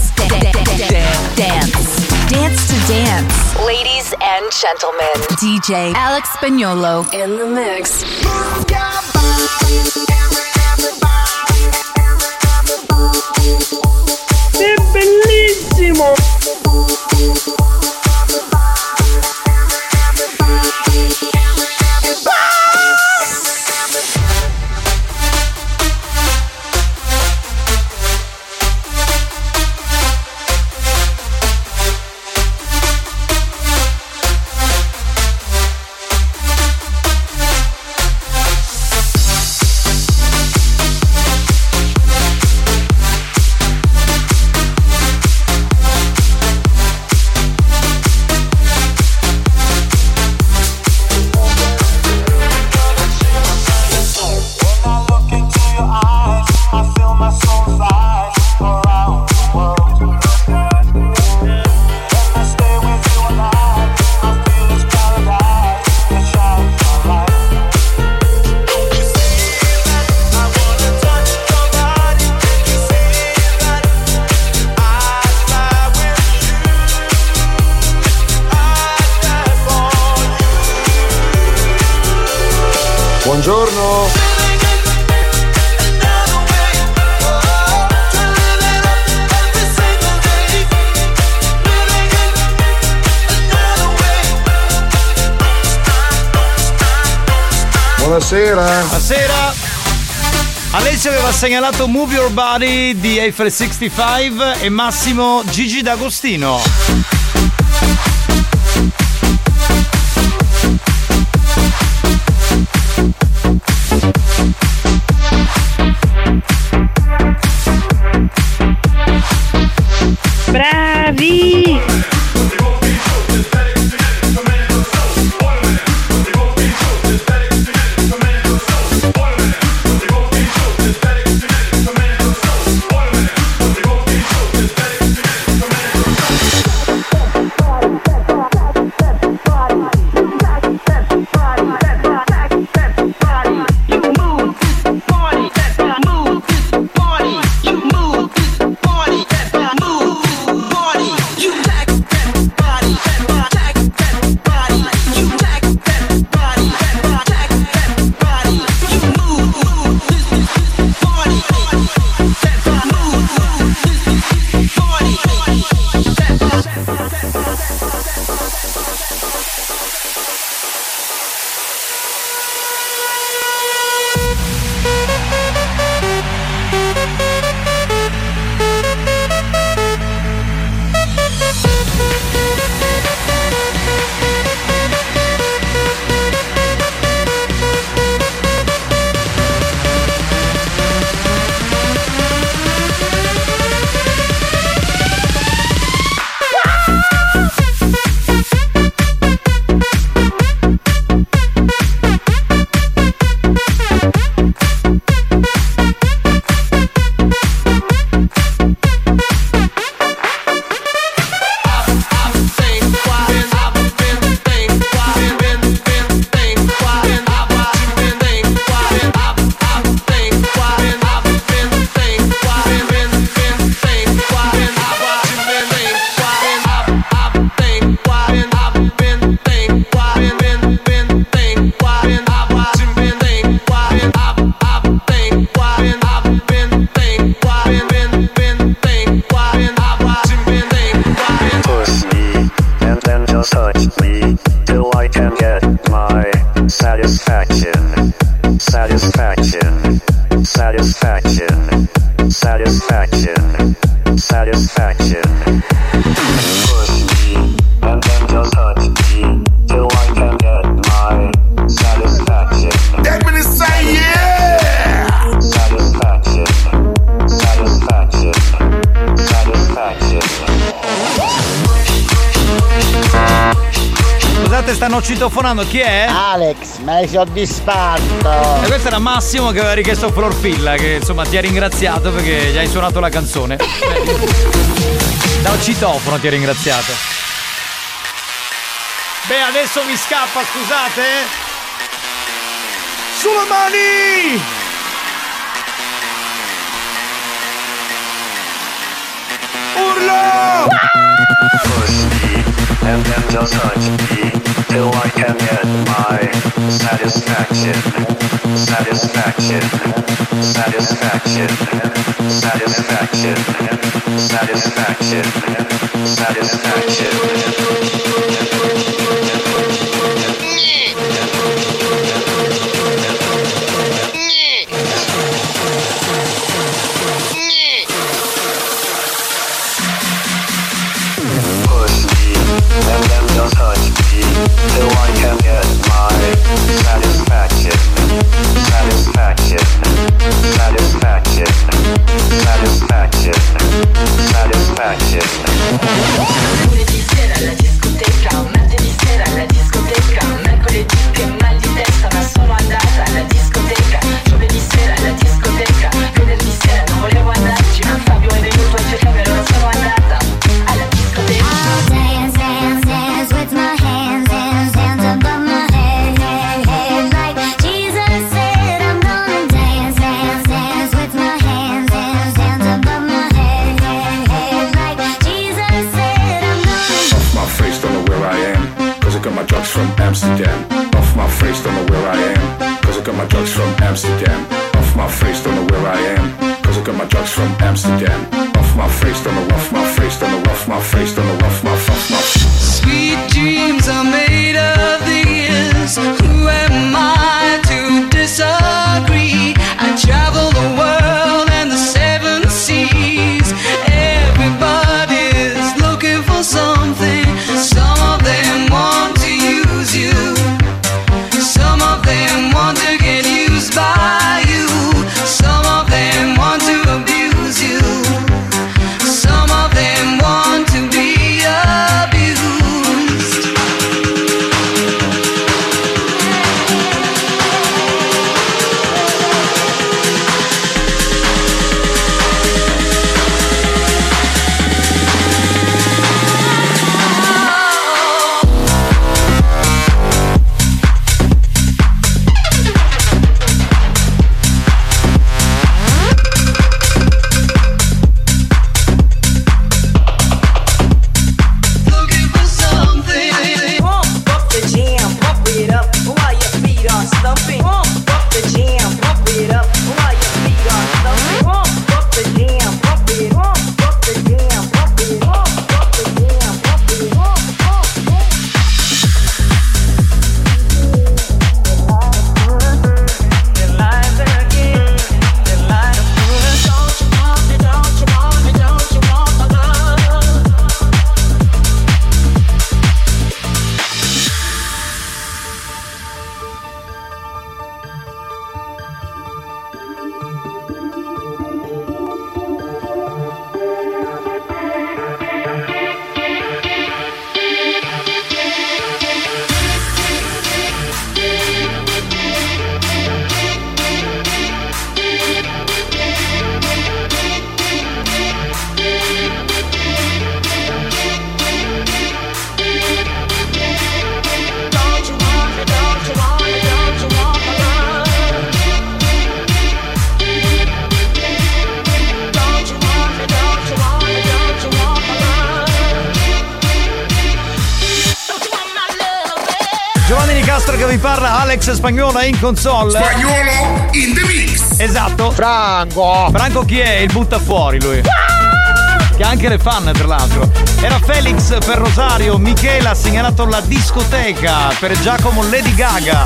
Dance. Dance to Dance. Ladies and gentlemen, D J Alex Spagnuolo in the mix. È bellissimo! Buongiorno. Buonasera. Buonasera. Alessio aveva segnalato Move Your Body di Eiffel sessantacinque e Massimo Gigi D'Agostino. Bravi! Stanno citofonando, chi è? Alex, mi hai soddisfatto. E questo era Massimo che aveva richiesto Florfilla, che insomma ti ha ringraziato perché gli hai suonato la canzone. Dal citofono ti ha ringraziato. Beh, adesso mi scappa, scusate. Sulle mani! Urlo! And then just touch me till I can get my satisfaction, satisfaction, satisfaction, satisfaction, satisfaction, satisfaction. And then just touch me till I can get my satisfaction, satisfaction, satisfaction, satisfaction, satisfaction. Lunedì sera alla discoteca, martedì got my drugs from Amsterdam. Off my face, don't know where I am. Cause I got my drugs from Amsterdam. Off my face, don't know off my face, don't know off my face, don't know off my off my. Sweet dreams are made of these. Who am I to disagree? I travel the world and the seven seas. Everybody's looking for something. Some of them want to use you. Some of them want to get used by you. Some of them want to abuse you. Some of them want to be abused. Che vi parla, Alex Spagnuolo è in console. Spagnuolo in the mix. Esatto. Franco. Franco chi è? Il butta fuori lui. Che ha anche le fan tra l'altro. Era Felix per Rosario. Michela ha segnalato la discoteca per Giacomo Lady Gaga.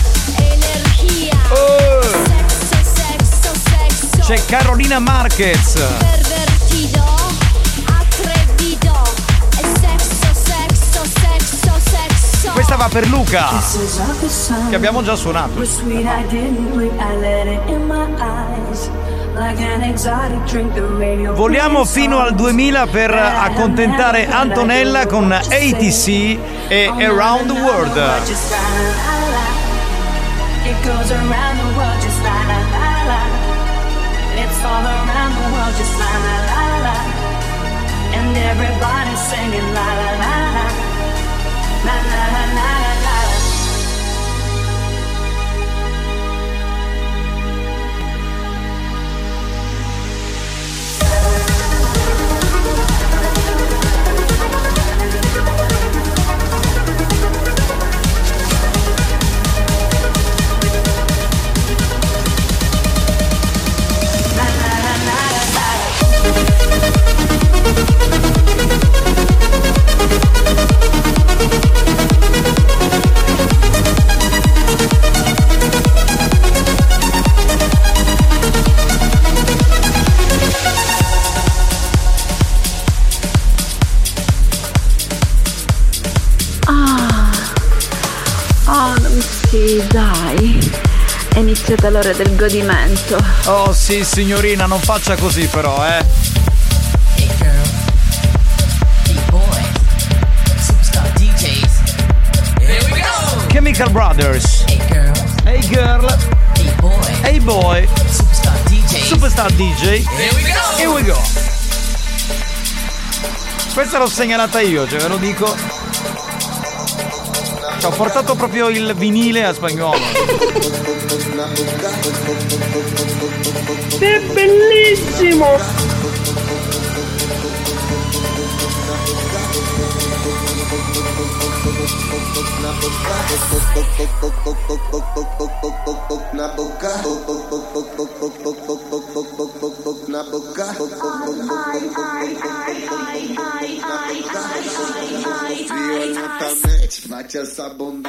Energia. Oh. Sexo, sexo, sexo. C'è Carolina Marquez. Pervertido, atrevido. E sexo, sexo, sexo, sexo. Questa va per Luca, che abbiamo già suonato. Voliamo fino al duemila per accontentare Antonella con A T C e Around the World. It goes around the world just la la la la. It's all around the world just la la la la. And everybody's singing la la la la. La la la la la la. Sì, dai, è iniziata l'ora del godimento. Oh sì signorina, non faccia così però, eh. Hey girl, hey boy, superstar D Js. Here we go. Chemical Brothers. Hey girl, hey girl, hey boy, hey boy, superstar D J. Superstar D J. Here we go. Here we go. Questa l'ho segnalata io, cioè ve lo dico. Ho portato proprio il vinile a Spagnuolo. È bellissimo! faccia sta bomba.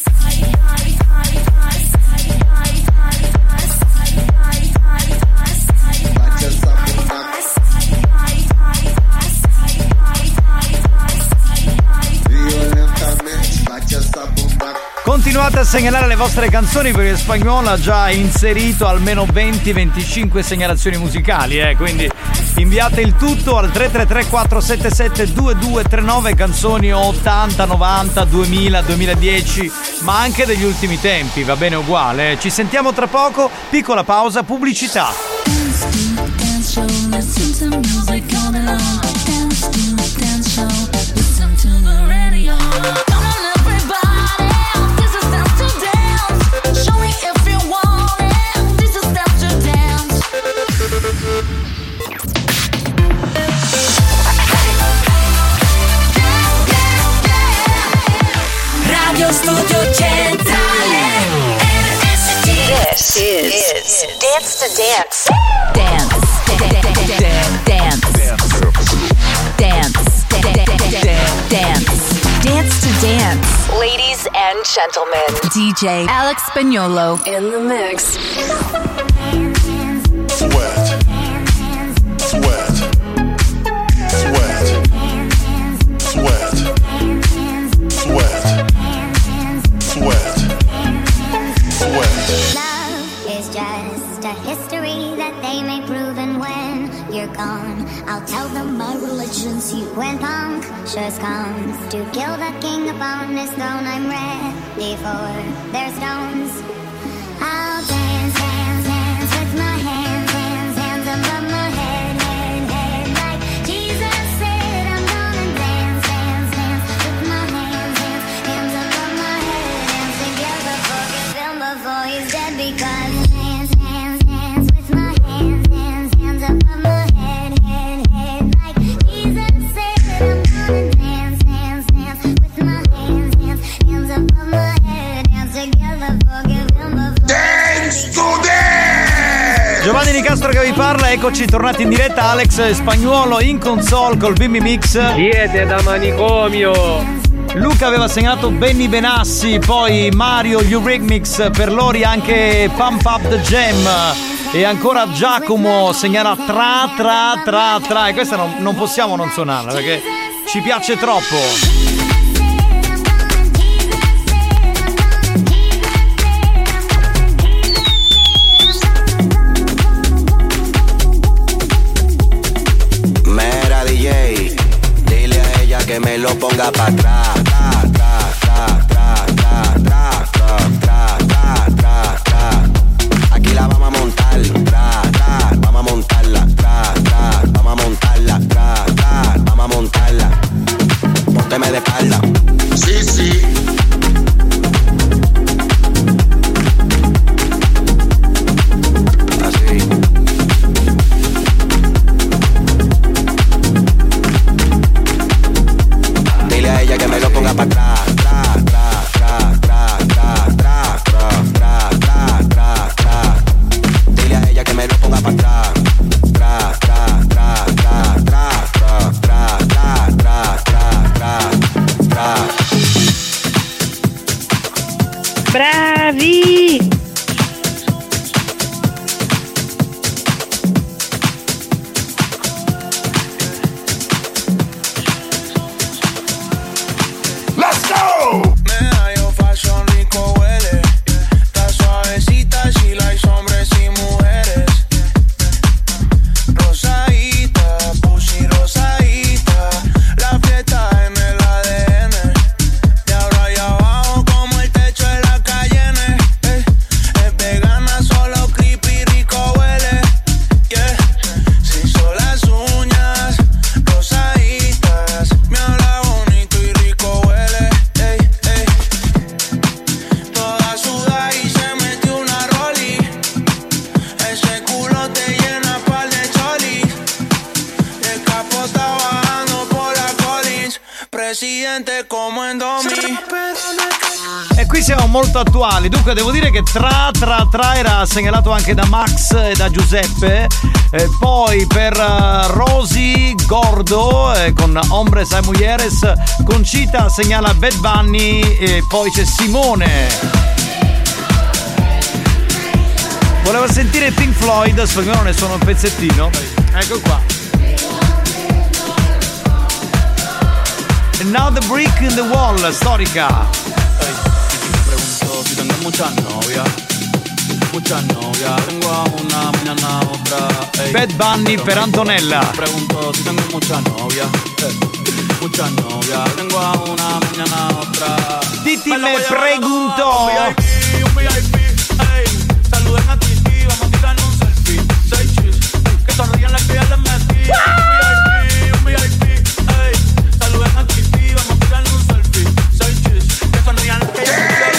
Continuate a segnalare le vostre canzoni perché Spagnuolo ha già inserito almeno venti venticinque segnalazioni musicali, eh, quindi inviate il tutto al tre tre tre quattro sette sette due due tre nove, canzoni ottanta, novanta, duemila, duemiladieci, ma anche degli ultimi tempi, va bene uguale. Eh. Ci sentiamo tra poco, piccola pausa, pubblicità. Radio Studio Centrale R S C. This is Dance to Dance. Dance. Dance. Dance. Dance. Dance to Dance. Ladies and gentlemen, D J Alex Spagnolo in the mix. Sweat. Sweat. Sweat. Sweat. Sweat. Sweat. Sweat. Love is just a history that they may prove, and when you're gone, I'll tell them my religion's you. When punctures comes to kill the king upon his throne, I'm ready for their stones. I'll dance, dance, dance with my hands, hands, hands above my head, head, head, like Jesus said. I'm gonna dance, dance, dance with my hands, hands, hands above my head, dance together, forgive him before he's dead, because hands, hands, hands with my hands, hands, hands above my head, head, head, like Jesus said. I'm gonna dance, dance, dance with my hands, hands, hands above my head, dance together, forgive him before. Dance to dance! Giovanni Nicastro che vi parla, eccoci tornati in diretta. Alex Spagnuolo in console col Bimbi Mix. Siete da manicomio. Luca aveva segnato Benny Benassi, poi Mario Eurythmics, per Lori anche Pump Up the Jam, e ancora Giacomo segnala tra tra tra tra, e questa non, non possiamo non suonarla perché ci piace troppo. Mera D J, dile a ella que me lo ponga pa' atrás, tra, tra, tra, tra, tra, tra, tra, tra, tra, tra. Aquí la vamos a montar, tra, tra, vamos a montarla, tra, tra, vamos a montarla, tra, tra, vamos a montarla. Pónteme de espalda. Sí, sí. Dile a ella que me lo ponga pa' atrás, tra, tra, tra, tra, tra, tra, tra, tra, tra, tra. Dile a ella que me lo ponga pa' atrás, tra, tra, tra, tra, tra, tra, tra, tra, tra, tra, tra. Bravi! Let's go! Medallo fashion rico huele. Está suavecita, she likes hombres y mujeres. Rosadita, pussy rosadita. La fiesta en el A D N. De ahora y abajo como el techo de la Cayenne. Eh, es vegana, solo creepy, rico huele. Yeah. Se hizo las uñas rosaditas. Me habla bonito y rico huele. Ey, ey. Toda suda y se metió una roli. Ese culo te llena pa'l de choli. El capo está bajando por la Collins. Presidente como en Domi. E E qui siamo molto attuali. Dunque devo dire che tra tra tra era segnalato anche da Max e da Giuseppe. E poi per uh, Rosy Gordo eh, con Hombres y Mujeres, Concita segnala Bad Bunny e poi c'è Simone. Voleva sentire Pink Floyd, spagnolo ne sono un pezzettino. Ecco qua. And now the brick in the wall, storica. Si tengo muchas novias, muchas novias, tengo a una, mañana a otra. Ey. Bad Bunny per Antonella. Me pregunto si tengo muchas novias, ey. Muchas novias, tengo a una, mañana a otra. Titi me, me preguntó. Un V I P, un V I P, ey. Saluden a Titi, vamos a tirar un selfie. Seis chis, que sonrían las que ya les metí. Un V I P, un V I P, ey. Saluden a Titi, vamos a tirar un selfie. Seis chis, que sonrían las que ya les metí.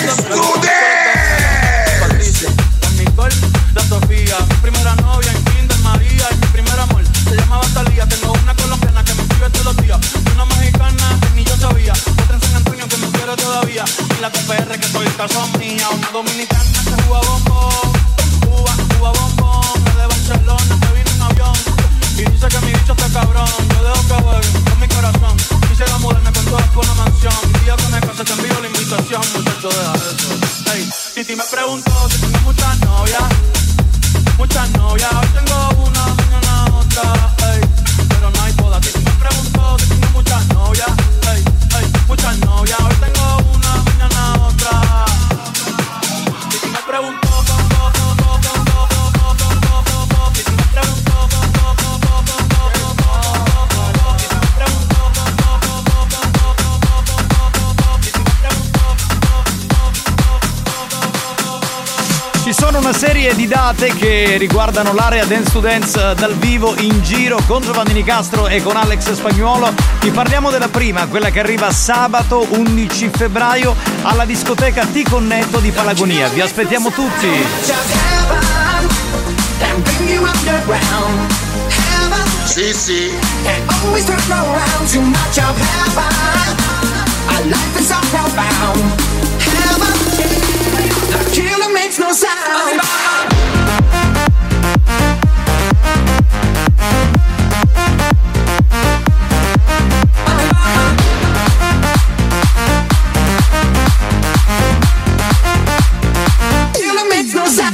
De Sofía, mi primera novia en Kinder María y mi primer amor se llamaba Talía. Tengo una colombiana que me escribe todos los días y una mexicana que ni yo sabía, otra en San Antonio que me quiere todavía y la T P R que soy casa mía, una dominicana que juega bombón, Cuba, Cuba bombón, me de Barcelona que vino en avión y dice que mi bicho está cabrón. Yo dejo que jueguen con mi corazón, quisiera mudarme con todas por una mansión. El día que me case te envío la invitación, muchacho, deja eso. Hey, Titi me preguntó si tengo muchas novias. Muchas novias, hoy tengo una, mañana otra, ey. Pero no hay boda. Titi me preguntó si tengo muchas novias, ey, ey. Muchas novias, hoy tengo una, mañana otra. Titi me preguntó, Titi me preguntó, Ci sono una serie di date che riguardano l'area Dance to Dance dal vivo in giro con Giovanni Nicastro e con Alex Spagnuolo. Vi parliamo della prima, quella che arriva sabato undici febbraio alla discoteca Ti Connetto di Palagonia. Vi aspettiamo tutti. Sì, sì. The killer makes no sound. Killer makes no sound.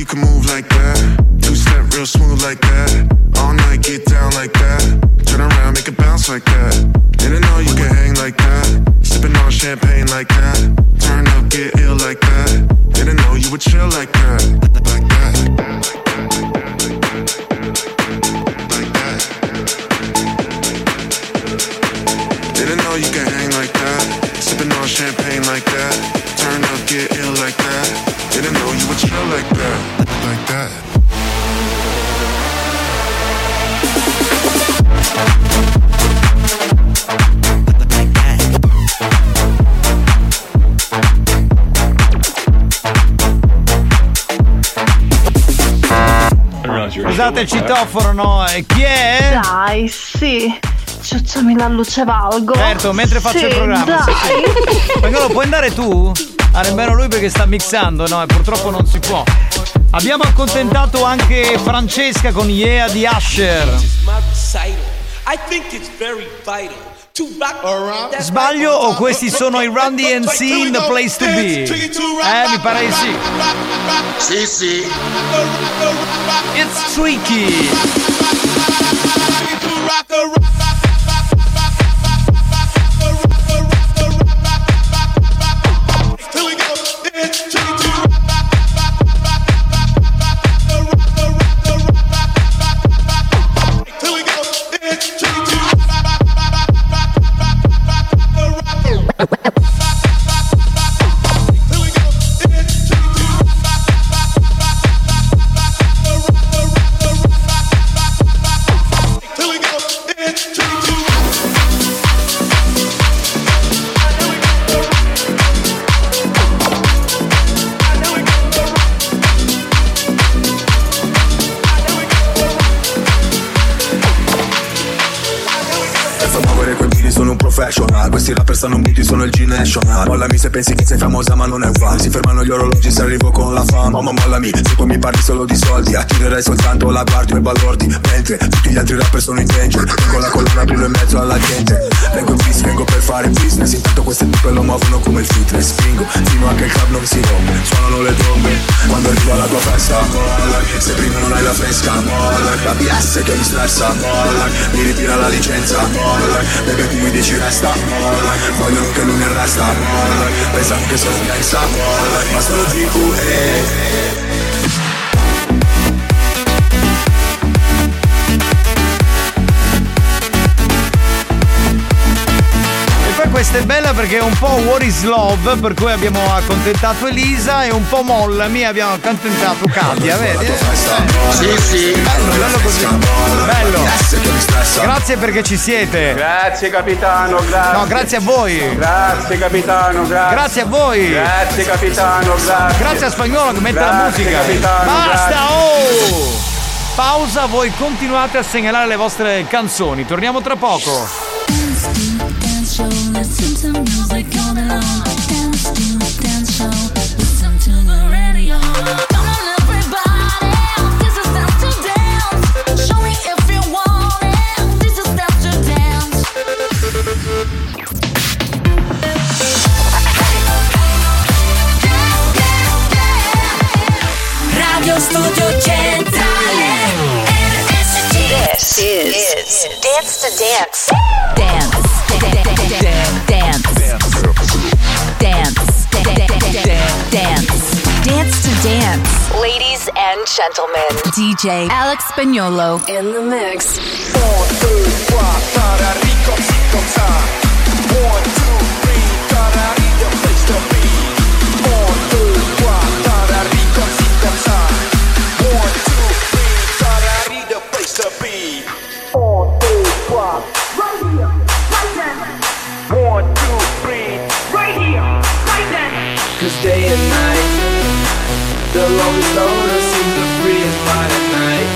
you can move like that. Two step real smooth like that. All night get down like that. Turn around, make it bounce like that. Didn't know you could hang like that. Sipping on champagne like that. Turn up, get ill like that. Didn't know you would chill like that. Like that. Like that. Didn't know you could hang like that. Sipping on champagne like that. Turn up, get ill like that. Didn't know you would chill like that. Like that. Scusate il citofono, no? E chi è? Dai, sì. Ciucciami la luce valgo. Certo, mentre faccio sì, il programma. Dai. Sì, sì. Spagnolo, puoi andare tu? Ah, nemmeno lui perché sta mixando, no? E purtroppo non si può. Abbiamo accontentato anche Francesca con Yeah di Usher. I think it's very vital. Sbaglio o questi sono i Run D M C in The Place to Be? Eh, mi pare di sì. Sì, sì. It's tricky. Questi rapper stanno muti, sono il G-National. Mollami se pensi che sei famosa ma non è uguale. Si fermano gli orologi se arrivo con la fama. Ma mollami se poi mi parli solo di soldi. Attirerai soltanto la guardia e balordi. Mentre tutti gli altri rapper sono in danger. Con la colonna brillo in mezzo alla gente. Vengo in peace, vengo per fare business. Intanto queste tipe lo muovono come il fitness. Spingo fino a che il club non si rompe. Suonano le trombe quando arrivo alla tua festa. Molla, se prima non hai la fresca. Molla, la B S che mi stressa. Molla, mi ritira la licenza. Molla, baby tu mi dici resta. Molla, vogliono che lui ne resta. Molla, pensano che sono pensa. Molla, ma sono G Q E. Questa è bella perché è un po' What is Love, per cui abbiamo accontentato Elisa, e un po' Mollami abbiamo accontentato Katia, vedi? Sì, sì. Bello, bello così. Bello. Grazie perché ci siete. Grazie capitano, grazie. No, grazie a voi. Grazie capitano, grazie. Grazie a voi. Grazie capitano, grazie. Grazie a Spagnolo che mette grazie, la musica. Capitano, basta, grazie. oh! Pausa, voi continuate a segnalare le vostre canzoni. Torniamo tra poco. Listen to music all alone. Dance to dance show. Listen to the radio. Come on, everybody. This is dance to dance. Show me if you want it. This is dance to dance. Radio Studio Centrale. R S C. This is Dance to Dance. Dance. Dance. Dance. Dance. Dance. Dance to dance. Ladies and gentlemen, D J Alex Spagnolo in the mix. One, two, three, One, two, three, the place to be. One, two, three, the place to be. One, two, right here, right then. One, two, three, right here, right then. Cause day and night, the lonely loner seems to free his mind at night.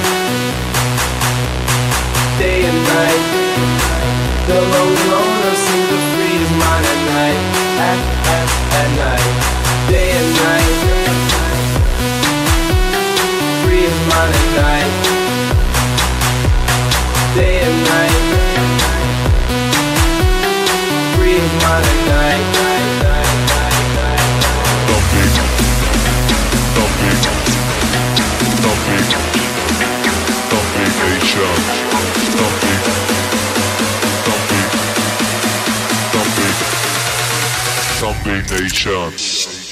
Day and night, the lonely loner seems to free his mind at night. At, at, at night. Day and night, free his mind at night. Day and night, free his mind at night. Combination.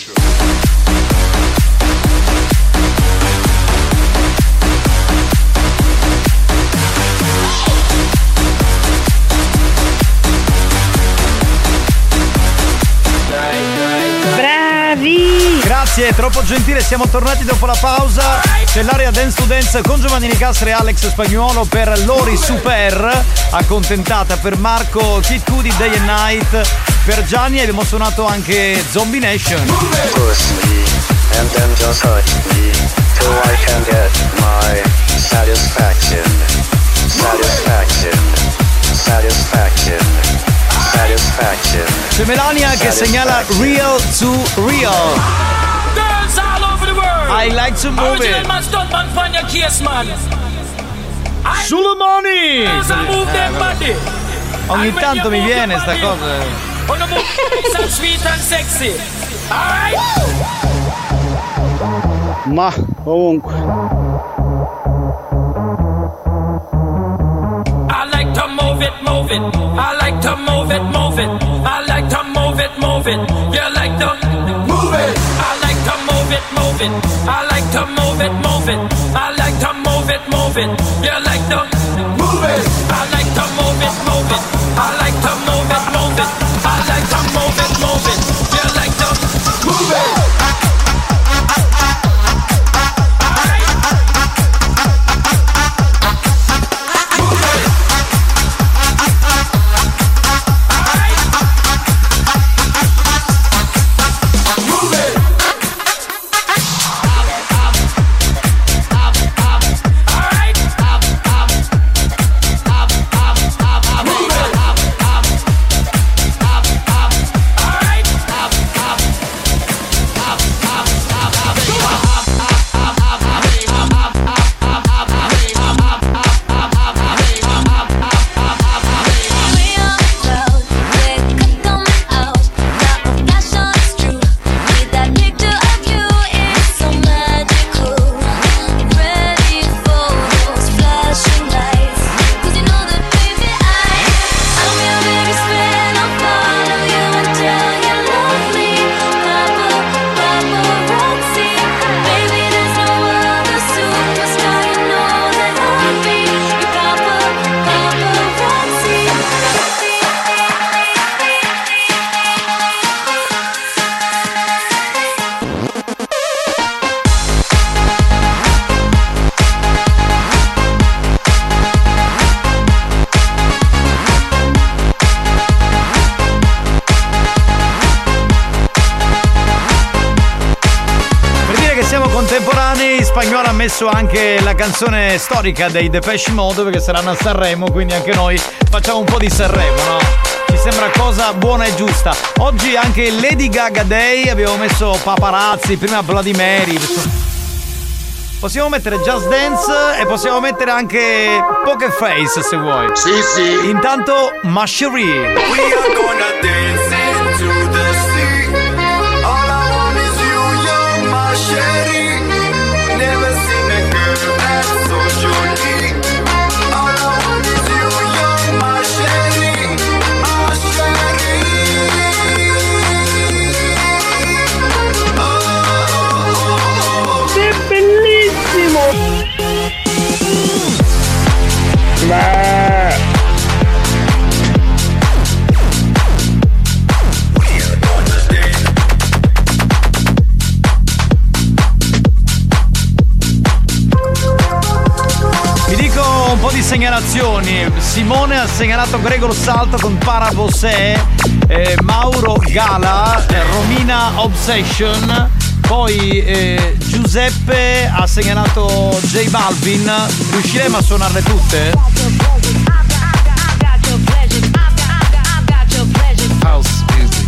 Bravi! Grazie, troppo gentile, siamo tornati dopo la pausa. C'è l'area Dance to Dance con Giovanni Nicastro e Alex Spagnuolo per Lori Super, accontentata per Marco, Kid Cudi, Day and Night, per Gianni abbiamo suonato anche Zombie Nation. Push me and then just touch me till I can get my satisfaction, satisfaction, satisfaction, satisfaction. C'è Melania che segnala Real to Real. Girls all over the world. I like to move Original it. man, stunt man, find your case, man. Sulle mani! Girls all move their body. Ogni tanto mi viene sta cosa. On the move, nice and sweet and sexy. Alright? Ma comunque. I like to move it, move it. I like to move it, move it. I like to move it, move it. You like to move it. I like to move it, move it. I like to move it, move it. I like to move it, move it. You like to move it. I like to move it, move it. I like to move it, move it. I like to move it, move it. You like to move it. Spagnuolo ha messo anche la canzone storica dei Depeche Mode perché saranno a Sanremo, quindi anche noi facciamo un po' di Sanremo, no? Ci sembra cosa buona e giusta. Oggi anche Lady Gaga Day, abbiamo messo Paparazzi, prima Bloody Mary. Possiamo mettere Just Dance e possiamo mettere anche Poker Face se vuoi. Sì, sì. Intanto Masherie. We are gonna dance into the sea. All I want is you, you're my sherry. Never seen a girl that's so jolly. All I want is you, you're my sherry, my sherry. Oh, oh, oh. Sei bellissimo! Beh. Un po' di segnalazioni. Simone ha segnalato Gregor Salto con Paravosè, eh, Mauro Gala, eh, Romina Obsession, poi eh, Giuseppe ha segnalato J Balvin. Riusciremo a suonarle tutte? House music.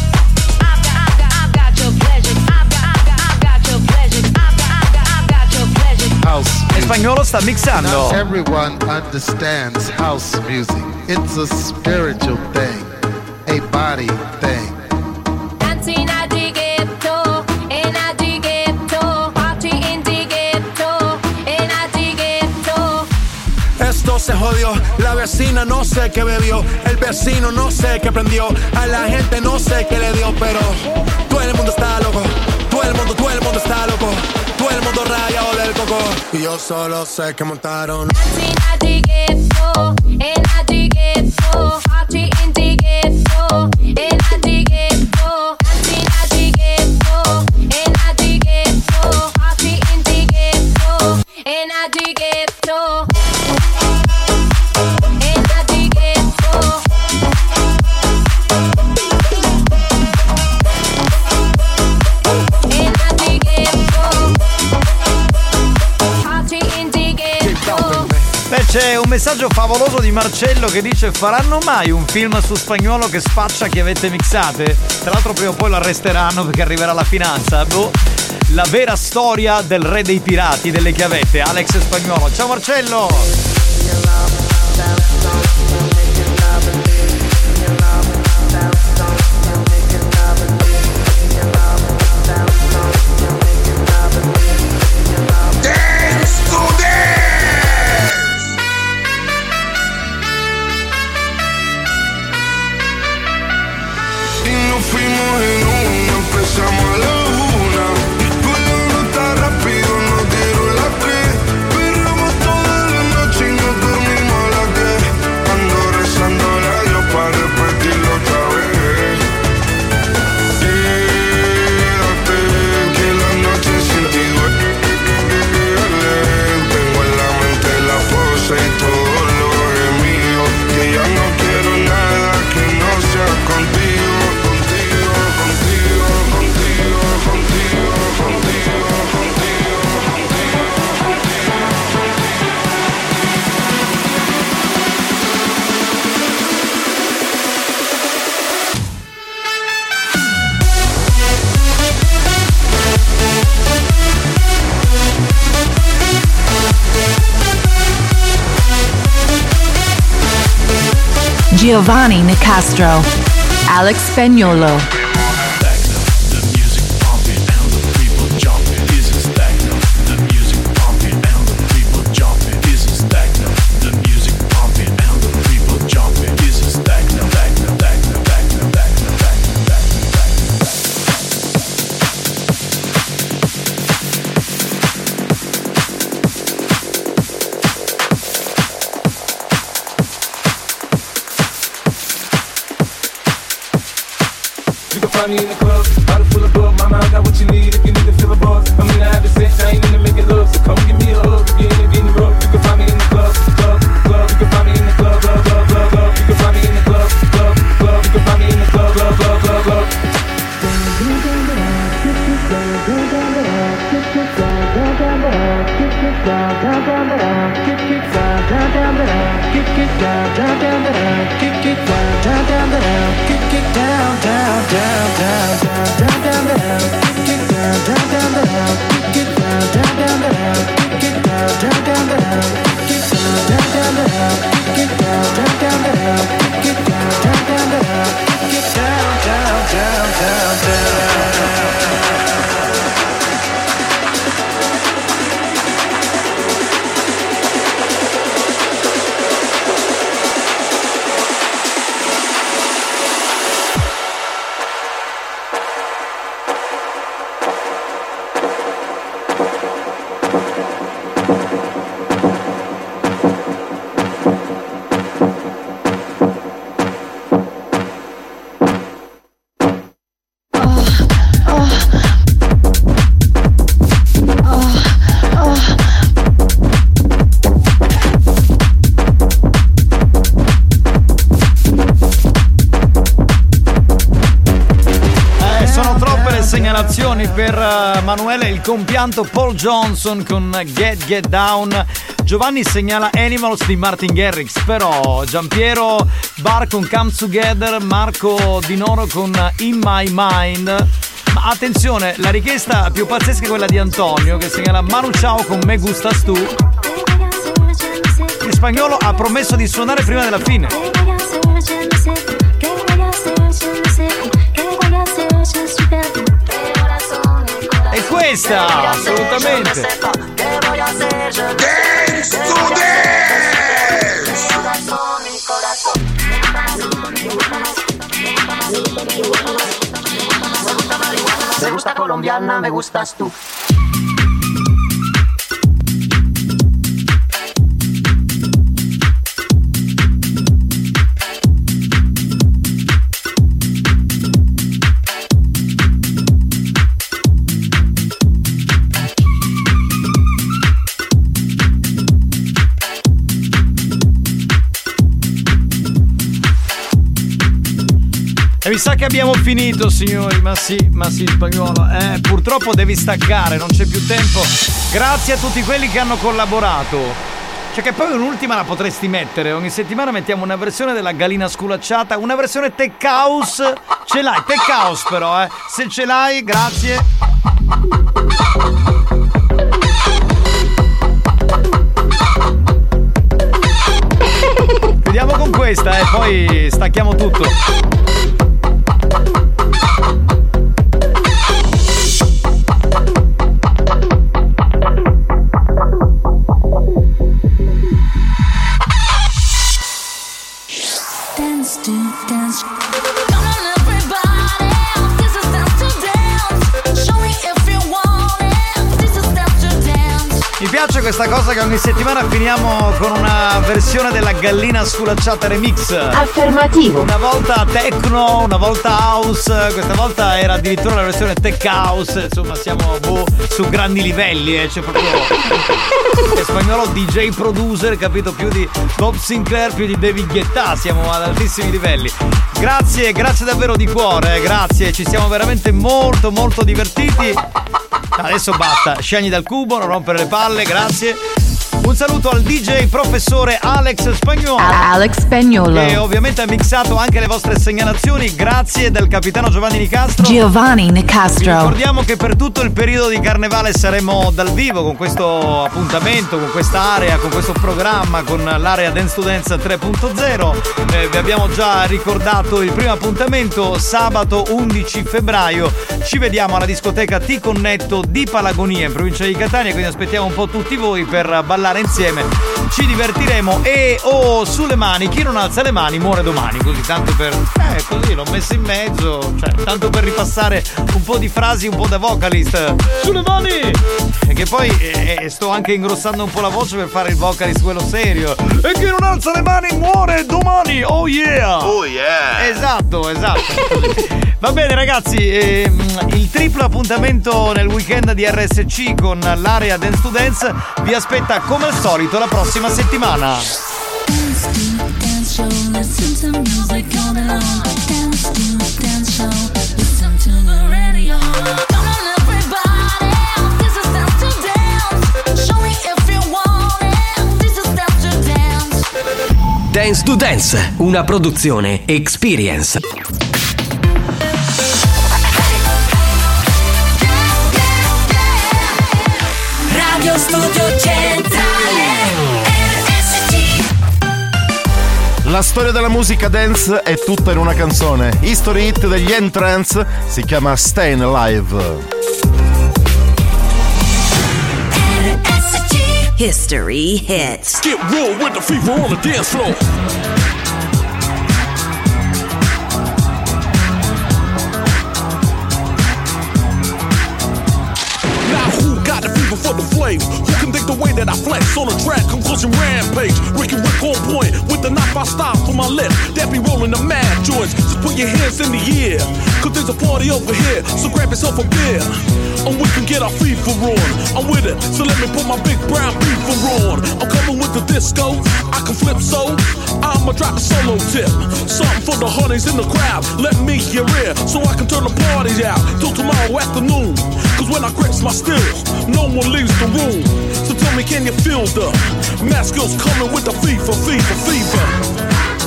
House music. In spagnolo sta mixando. Not everyone understands house music. It's a spiritual thing, a body thing. Dancing at the ghetto, in at the ghetto, party in the ghetto, in at the ghetto. Estos se jodió. La vecina no sé qué bebió, el vecino no sé qué prendió, a la gente no sé qué le dio, pero todo el mundo está loco, todo el mundo, todo el mundo está loco, todo el mundo rayado del coco. Y yo solo sé que montaron. Beh, c'è un messaggio favoloso di Marcello che dice: faranno mai un film su Spagnuolo che spaccia chiavette mixate? Tra l'altro prima o poi lo arresteranno perché arriverà la finanza. Boh. La vera storia del re dei pirati delle chiavette, Alex Spagnuolo. Ciao Marcello! Fuimos en una, empezamos a la una. Después la nota rápido nos dieron la tres. Perramos toda la noche y nos dormimos a las diez. Ando rezándole a Dios para repetirlo otra vez. Quédate, que la noche sin ti duele. Tengo en la mente la fosa y todo lo mío. Que ya no quiero nada que no sea contigo. Giovanni Nicastro, Alex Spagnuolo. Find me in the club, bottle full of bug. Mama, I got what you need if you need to fill a buzz. I mean, I have the sex, I ain't into making love, so come give me a hug if you're in getting rough. You can find me in the club, club, club. You can find me in the club, club, club, club, club. You can find me in the club, club, club. You can find me in the club, club, club, club, club. Per Manuele il compianto Paul Johnson con Get Get Down. Giovanni segnala Animals di Martin Garrix, però Giampiero Bar con Come Together, Marco Di Noro con In My Mind. Ma attenzione, la richiesta più pazzesca è quella di Antonio che segnala Manu Chao con Me Gustas Tu. Il Spagnuolo ha promesso di suonare prima della fine. E questa, assolutamente. Dance to dance. Me gusta colombiana, me gustas tú. E mi sa che abbiamo finito, signori, ma sì, ma sì, Spagnuolo. Eh, purtroppo devi staccare, non c'è più tempo. Grazie a tutti quelli che hanno collaborato. Cioè che poi un'ultima la potresti mettere. Ogni settimana mettiamo una versione della gallina sculacciata, una versione tech house. Ce l'hai, tech house però, eh. Se ce l'hai, grazie. Vediamo con questa e eh, poi stacchiamo tutto. Dance to dance. Come on everybody, this is dance to dance. Show me if you want it, this is dance to dance. Mi piace questa cosa che ogni settimana finiamo con una versione della gallina sculacciata remix. Affermativo. Una volta techno, una volta house, questa volta era addirittura la versione tech house. Insomma siamo boh, su grandi livelli, eh. C'è proprio è Spagnolo D J producer, capito? Più di Bob Sinclair, più di David Guetta, siamo ad altissimi livelli. Grazie, grazie davvero di cuore, eh. Grazie, ci siamo veramente molto molto divertiti. Adesso basta, scegli dal cubo, non rompere le palle, grazie. Un saluto al D J professore Alex Spagnuolo. Alex Spagnuolo. Che ovviamente ha mixato anche le vostre segnalazioni. Grazie del capitano Giovanni Nicastro. Giovanni Nicastro. Vi ricordiamo che per tutto il periodo di carnevale saremo dal vivo con questo appuntamento, con questa area, con questo programma, con l'area Dance to Dance tre punto zero. Eh, vi abbiamo già ricordato il primo appuntamento sabato undici febbraio. Ci vediamo alla discoteca Ti Connetto di Palagonia in provincia di Catania, quindi aspettiamo un po' tutti voi per ballare insieme, ci divertiremo e oh sulle mani, chi non alza le mani muore domani, così tanto per eh così l'ho messo in mezzo, cioè tanto per ripassare un po' di frasi un po' da vocalist. Sulle mani! E che poi eh, sto anche ingrossando un po' la voce per fare il vocalist quello serio. E chi non alza le mani muore domani. Oh yeah! Oh yeah! Esatto, esatto. Va bene ragazzi, ehm, il triplo appuntamento nel weekend di R S C con l'area Dance to Dance vi aspetta come al solito la prossima settimana. Dance to dance show, listen to music all day long. Dance to dance show, listen to the radio. Come on everybody, this is dance to dance. Show me if you want it, this is dance to dance. Dance to Dance, una produzione Experience. Radio Studio Centrale R S C. La storia della musica dance è tutta in una canzone. History hit degli Entrance si chiama Stayin' Alive. R S C. History hits. Get real with the fever on the dance floor. For the flames, who can think the way that I flex on a track, conclusion rampage, Ricky Rick on point with the knife I stop for my left, that be rolling the mad joints, just put your hands in the air, cause there's a party over here, so grab yourself a beer, and we can get our fever on, I'm with it, so let me put my big brown beaver on, I'm coming with the disco, I can flip so, I'ma drop a solo tip, something for the honeys in the crowd, let me hear it, so I can turn the party out, till tomorrow afternoon, cause when I grips my stills, no one leaves the room. So tell me, can you feel the mask skills coming with the fever, fever, fever?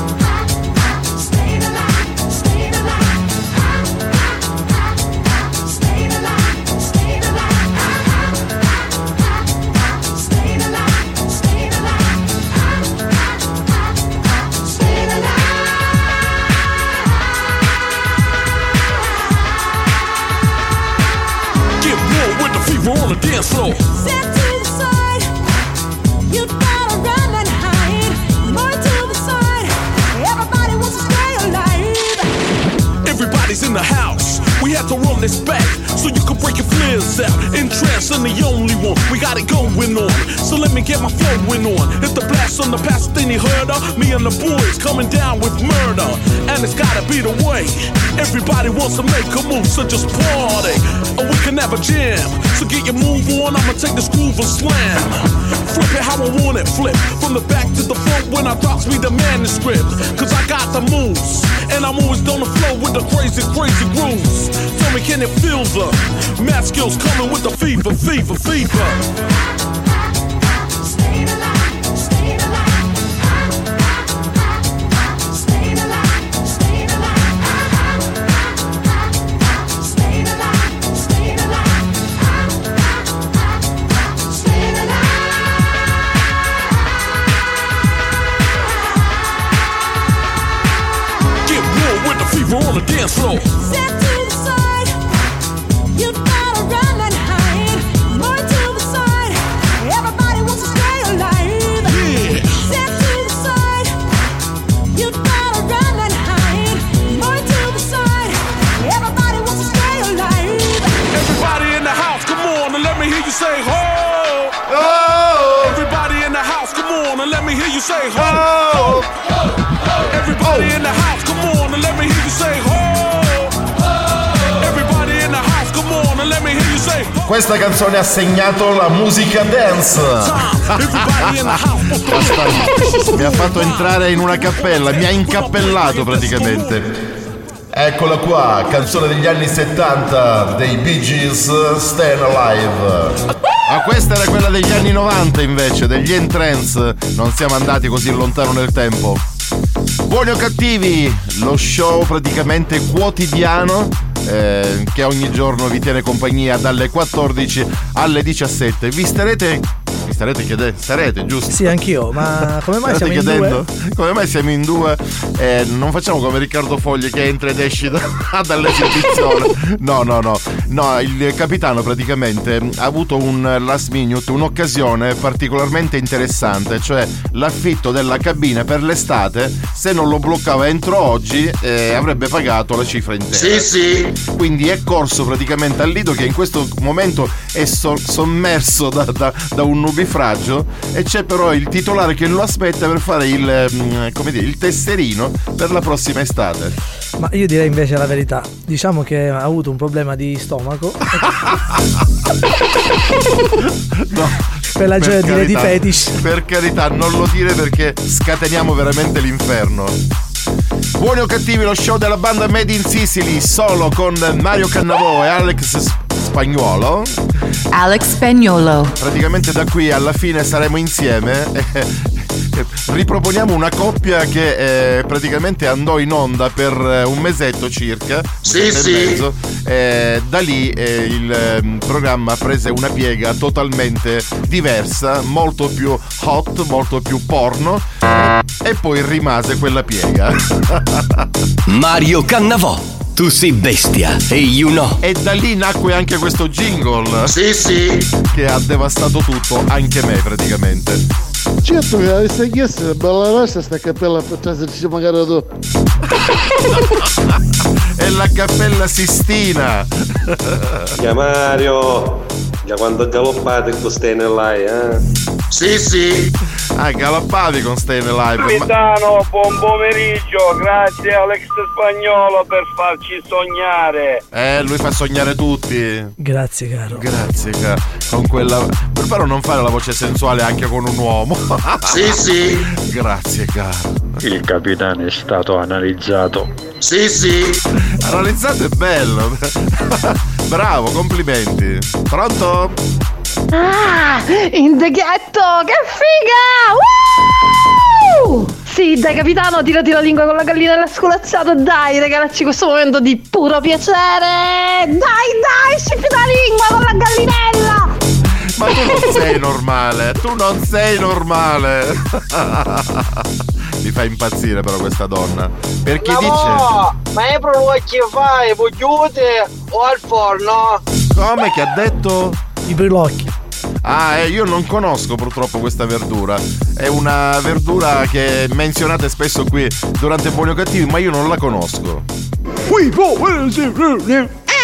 On the dance floor. Set to the side, you gotta run and hide. More to the side, everybody wants to stay alive. Everybody's in the house, We had to run this back so you could break your flares out. Interest in the only one, we got it going on. So let me get my flowing on. Hit the blast on the past, then you heard of me and the boys coming down with murder. And it's gotta be the way. Everybody wants to make a move, so just party. Or we can have a jam. So get your move on, I'ma take this groove and slam. Flip it how I want it, flip. From the back to the front when I drops me the manuscript. Cause I got the moves. And I'm always on the flow with the crazy, crazy grooves. Tell me, can it feel the math skills coming with the fever, fever, fever? On the dance floor. Step to the side, you gotta run and hide. More to the side, everybody wants to stay alive. Yeah. Step to the side, you gotta run and hide. More to the side, everybody wants to stay alive. Everybody in the house, come on and let me hear you say ho. Oh. Everybody in the house, come on and let me hear you say ho. Oh. Everybody in the house, come on and let me hear you say ho. Everybody in the house, come on and let me hear you say ho. Questa canzone ha segnato la musica dance. Mi ha fatto entrare in una cappella, mi ha incappellato praticamente. Eccola qua, canzone degli anni settanta dei Bee Gees, Stayin' Alive. Ma questa era quella degli anni novanta invece, degli N-Trance. Non siamo andati così lontano nel tempo. Buoni o cattivi, lo show praticamente quotidiano eh, che ogni giorno vi tiene compagnia dalle quattordici alle diciassette. Vi starete vi starete chiedendo, starete giusto? Sì, anch'io, ma come mai siamo in due? Come mai siamo in due? Eh, non facciamo come Riccardo Fogli che entra ed esce da, dall'esibizione. No, no, no. No, il capitano praticamente ha avuto un last minute, un'occasione particolarmente interessante, cioè l'affitto della cabina per l'estate. Se non lo bloccava entro oggi eh, avrebbe pagato la cifra intera. Sì, sì. Quindi è corso praticamente al Lido, che in questo momento è so- sommerso da, da, da un nubifragio, e c'è però il titolare che lo aspetta per fare il, come dire, il tesserino per la prossima estate. Ma io direi invece la verità. Diciamo che ha avuto un problema di stomaco. No, per la gioia dire di fetish. Per carità, non lo dire perché scateniamo veramente l'inferno. Buoni o cattivi, lo show della banda Made in Sicily, solo con Mario Cannavò e Alex Spagnuolo. Alex Spagnuolo. Praticamente da qui alla fine saremo insieme. Riproponiamo una coppia che eh, praticamente andò in onda per un mesetto circa. Sì, un sì. e mezzo. Eh, da lì eh, il eh, programma prese una piega totalmente diversa, molto più hot, molto più porno, e poi rimase quella piega. Mario Cannavò, tu sei bestia e you know. E da lì nacque anche questo jingle. Sì, sì. Che ha devastato tutto, anche me praticamente. Certo che avessi chiesto una bella rossa sta cappella per trasferirci magari tu. È la cappella Sistina. Ya Mario, da quando galoppate con Stayin' Alive, eh? Sì, sì. Ah, galoppavi con Stayin' Alive. Capitano, buon pomeriggio, grazie Alex Spagnuolo per farci sognare. Eh, lui fa sognare tutti. Grazie caro. Grazie caro. Con quella. Però non fare la voce sensuale anche con un uomo. Sì, sì. Grazie caro. Il capitano è stato analizzato. Sì, sì. Analizzato è bello. Bravo, complimenti. Pronto? Ah, in the ghetto, che figa! Woo! Sì, dai capitano, tirati la lingua con la gallina nella scolazzato, dai, regalacci questo momento di puro piacere! Dai, dai, scippi la lingua con la gallinella! Ma tu non sei normale, tu non sei normale. Mi fa impazzire però questa donna. Perché no, dice? Ma è proprio che fai, pugliute o al forno? Come che ha detto? I brilocchi. Ah, eh, io non conosco purtroppo questa verdura. È una verdura che menzionate spesso qui durante Buoni o Cattivi, ma io non la conosco.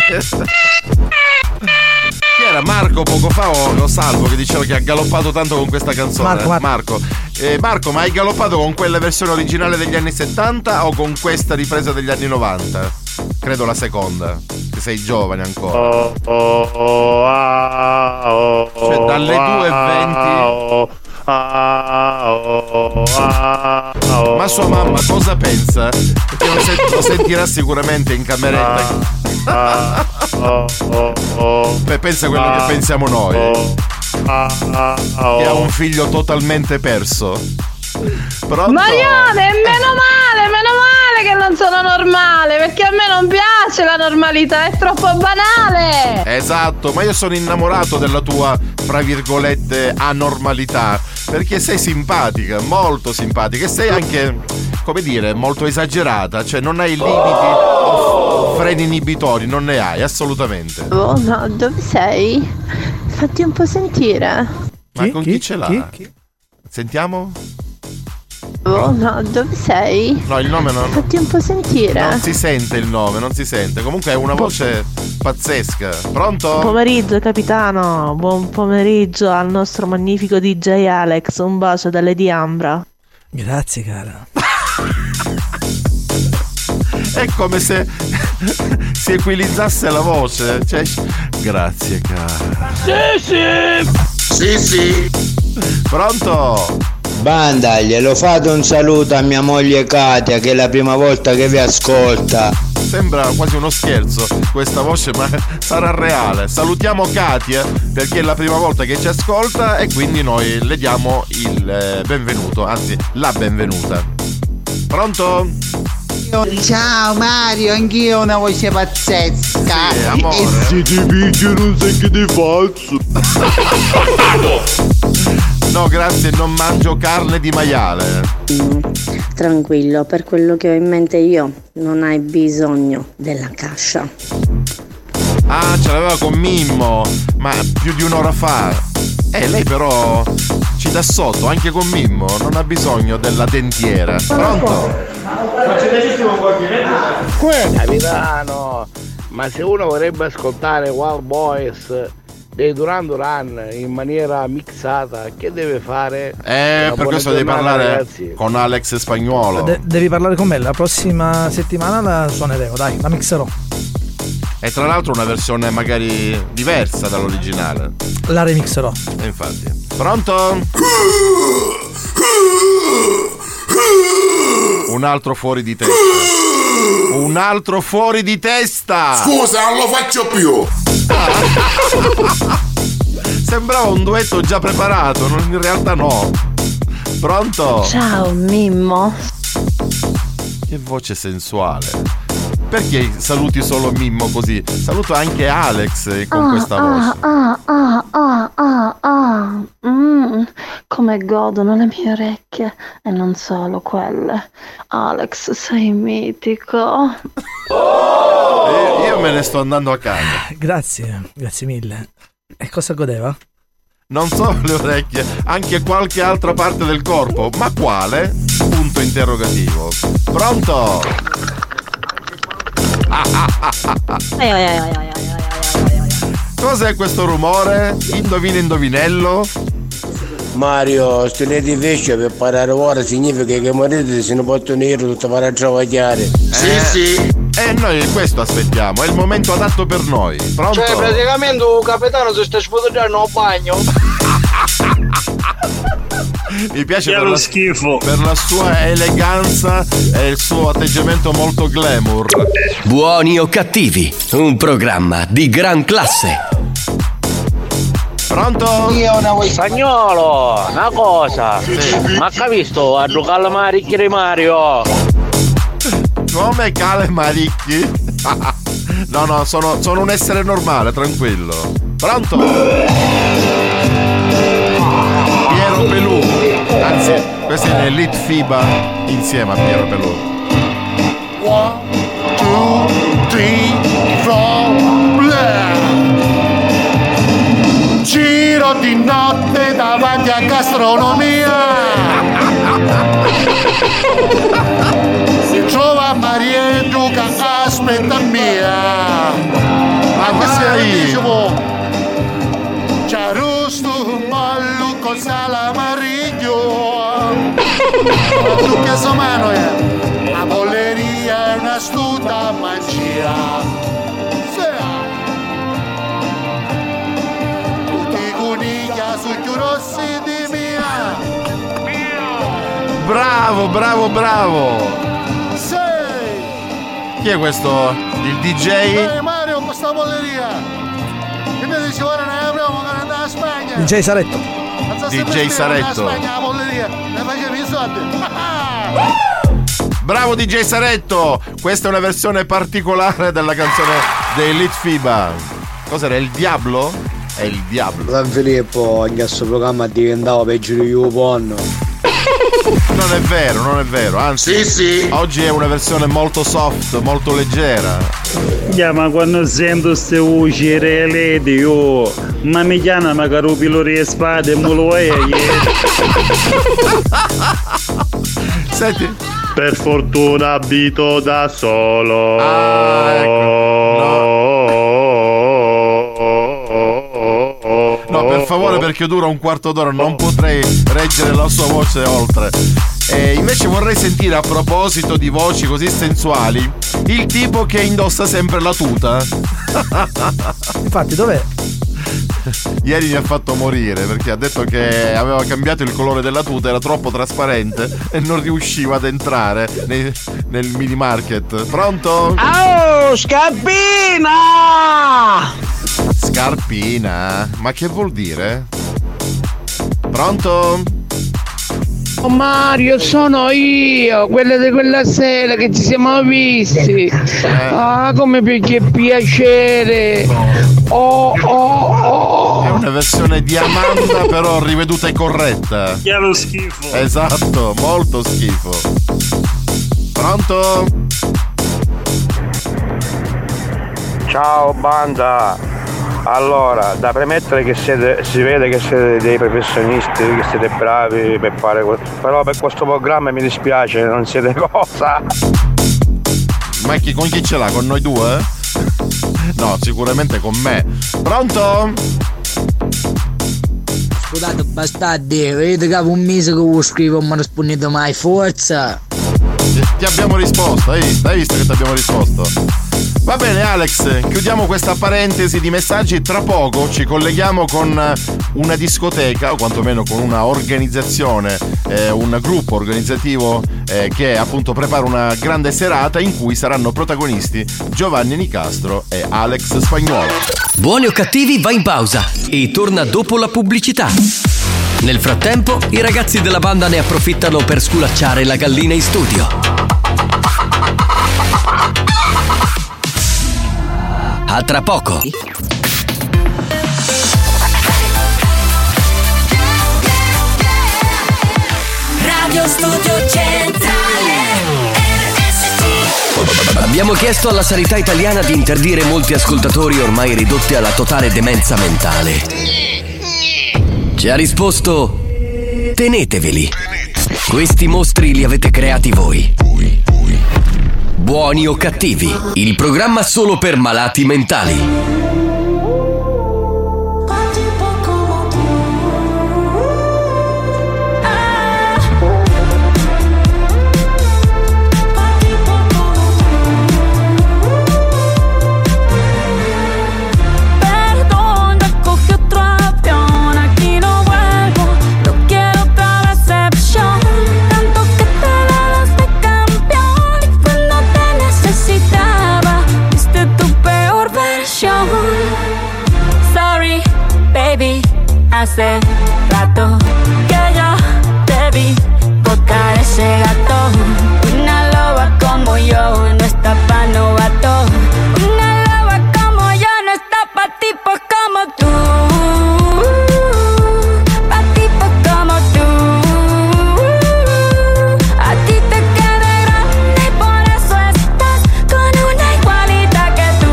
Chi era Marco poco fa o lo Salvo che diceva che ha galoppato tanto con questa canzone? Marco, Marco. Marco. Eh, Marco, ma hai galoppato con quella versione originale degli anni settanta o con questa ripresa degli anni novanta? Credo la seconda, che sei giovane ancora. Oh, oh, oh, ah, oh, cioè dalle due e venti. ah, oh, ah, oh. Ma sua mamma cosa pensa? Perché lo, sen- lo sentirà sicuramente in cameretta. Ah, oh, oh, oh. Beh, pensa quello ah, che pensiamo noi. Oh, ah, oh. Che ha un figlio totalmente perso. Pronto? Marione, meno male, meno male che non sono normale, perché a me non piace la normalità, è troppo banale. Esatto, ma io sono innamorato della tua, fra virgolette, anormalità, perché sei simpatica, molto simpatica, e sei anche, come dire, molto esagerata, cioè non hai limiti o freni inibitori, non ne hai, assolutamente. Oh no, dove sei? Fatti un po' sentire. Ma Chi? con chi, Chi? ce l'ha? Chi? Chi? Sentiamo? Oh no, dove sei? No, il nome non... Fatti un po' sentire. Non si sente il nome, non si sente. Comunque è una voce pazzesca. Pronto? Buon pomeriggio capitano, buon pomeriggio al nostro magnifico D J Alex, un bacio da Lady Ambra. Grazie cara. È come se si equilizzasse la voce. Cioè, grazie cara. Sì, sì. Sì, sì. Pronto? Banda, glielo fate un saluto a mia moglie Katia, che è la prima volta che vi ascolta. Sembra quasi uno scherzo questa voce, ma sarà reale. Salutiamo Katia perché è la prima volta che ci ascolta e quindi noi le diamo il eh, benvenuto, anzi la benvenuta. Pronto? Ciao Mario, anch'io ho una voce pazzesca. Sì, amore. E se ti picchio non sai che ti faccio. No, grazie, non mangio carne di maiale. Mm, tranquillo, per quello che ho in mente io, non hai bisogno della cascia. Ah, ce l'aveva con Mimmo, ma più di un'ora fa. Eh, lei però ci dà sotto, anche con Mimmo, non ha bisogno della dentiera. Pronto? Capitano, ma se uno vorrebbe ascoltare Wild Boys dei Duran Duran in maniera mixata, che deve fare? Eh, Una per buona questo devi giornata, parlare ragazzi. con Alex Spagnuolo. De- devi parlare con me, la prossima settimana la suoneremo, dai, la mixerò. E tra l'altro una versione magari diversa dall'originale. La remixerò. E infatti. Pronto? Un altro fuori di testa. Un altro fuori di testa. Scusa, non lo faccio più. Sembrava un duetto già preparato, non- in realtà no. Pronto? Ciao Mimmo. Che voce sensuale. Perché saluti solo Mimmo così? Saluto anche Alex con Ah, questa ah, voce. ah, ah, ah, ah, ah. Mm, come godono le mie orecchie e non solo quelle. Alex, sei mitico. Eh, io me ne sto andando a casa. Grazie, grazie mille. E cosa godeva? Non solo le orecchie, anche qualche altra parte del corpo. Ma quale? Punto interrogativo. Pronto? Ah, ah, ah, ah, ah. Cos'è questo rumore? Indovina indovinello? Mario, stile di pesce per parare ora significa che morite se ne possono ir tutto per a travagliare. Sì, sì. E noi questo aspettiamo, è il momento adatto per noi. Pronto? Cioè, praticamente il capitano si sta sputtando al bagno. Mi piace Che per lo la, schifo. per la sua eleganza e il suo atteggiamento molto glamour. Buoni o cattivi, un programma di gran classe. Pronto? Io una voce. Spagnolo, una cosa. Ma che ha visto a giocare alla Maricchi di Mario? Come Calamari? No, no, sono, sono un essere normale, tranquillo. Pronto? Piero Pelù. Anzi, questo è l'Elite FIBA insieme a Piero Pelù. One, two, three, four, blah. Giro di notte davanti a gastronomia. Si trova Marietto che aspetta mia. Ma vai! C'è rosto, ballo con sale amarillo. Tu che so mano è? La bolleria è un'astuta magia. Tutti coniglia sugli rossi di mia. Bravo, bravo, bravo! Sei! Chi è questo? Il D J? Ehi Mario, con questa bolleria! Che mi dici ora ne apriamo che andare a Spagna? D J Saretto. D J Saretto. A Spagna la bolleria, ne facevi i soldi. Bravo D J Saretto! Questa è una versione particolare della canzone dei Litfiba. Cos'era? Il Diablo? È il Diablo. San Filippo, in questo programma diventava peggio di YouPorn. Non è vero, non è vero, anzi sì, sì. Oggi è una versione molto soft, molto leggera. Yeah, ma quando sento ste voci reledi io ma mi chiama magari pilori e spade e me lo è. Senti. Per fortuna abito da solo. Ah, ecco. No. No, per favore, perché dura un quarto d'ora, non potrei reggere la sua voce oltre. E invece vorrei sentire, a proposito di voci così sensuali, il tipo che indossa sempre la tuta. Infatti, dov'è? Ieri mi ha fatto morire perché ha detto che aveva cambiato il colore della tuta, era troppo trasparente e non riusciva ad entrare nei, nel mini market. Pronto? Oh, Scarpina! Scarpina? Ma che vuol dire? Pronto? Oh Mario, sono io, quella di quella sera che ci siamo visti. Eh. Ah, come che piacere. Oh, oh, oh. È una versione di Amanda però riveduta e corretta. Chiaro schifo. Esatto, molto schifo. Pronto? Ciao banda. Allora, da premettere che siete, si vede che siete dei professionisti, che siete bravi per fare questo. Però per questo programma mi dispiace, non siete cosa. Ma chi, con chi ce l'ha? Con noi due? No, sicuramente con me. Pronto? Scusate bastardi, vedete che un mese che lo scrivo non mi rispondete mai, forza! Ti, ti abbiamo risposto, hai visto? Hai visto che ti abbiamo risposto? Va bene Alex, chiudiamo questa parentesi di messaggi. Tra poco ci colleghiamo con una discoteca, o quantomeno con una organizzazione, eh, un gruppo organizzativo eh, che appunto prepara una grande serata in cui saranno protagonisti Giovanni Nicastro e Alex Spagnuolo. Buoni o cattivi va in pausa e torna dopo la pubblicità. Nel frattempo i ragazzi della banda ne approfittano per sculacciare la gallina in studio. A tra poco. Radio Studio Centrale R S C. Abbiamo chiesto alla sanità italiana di interdire molti ascoltatori ormai ridotti alla totale demenza mentale. Ci ha risposto: teneteveli. Questi mostri li avete creati voi. Buoni o cattivi, il programma solo per malati mentali. Hace rato que yo te vi tocar ese gato. Una loba como yo no está pa' novato. Una loba como yo no está pa' tipos como tú. Pa' tipos como tú. A ti te queda grande y por eso estás con una igualita que tú.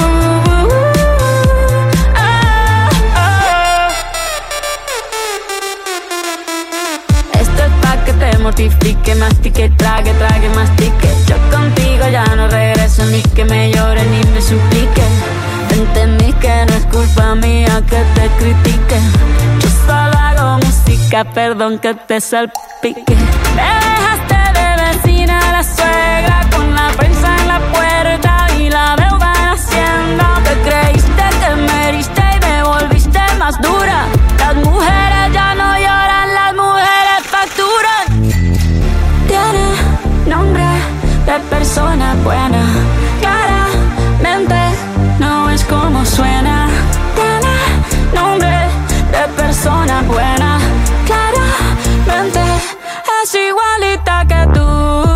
Mortifique, mastique, trague, trague, mastique. Yo contigo ya no regreso, ni que me llore ni me suplique. entendí que no es culpa mía que te critique. Yo solo hago música, perdón que te salpique. Me dejaste de vecina la suegra con la prensa en la puerta y la deuda en Hacienda. Te creíste que me heriste y me volviste más dura. Las mujeres ya no lloran, las mujeres facturan. Tiene nombre de persona buena, claramente no es como suena. Tiene nombre de persona buena, claramente es igualita que tú.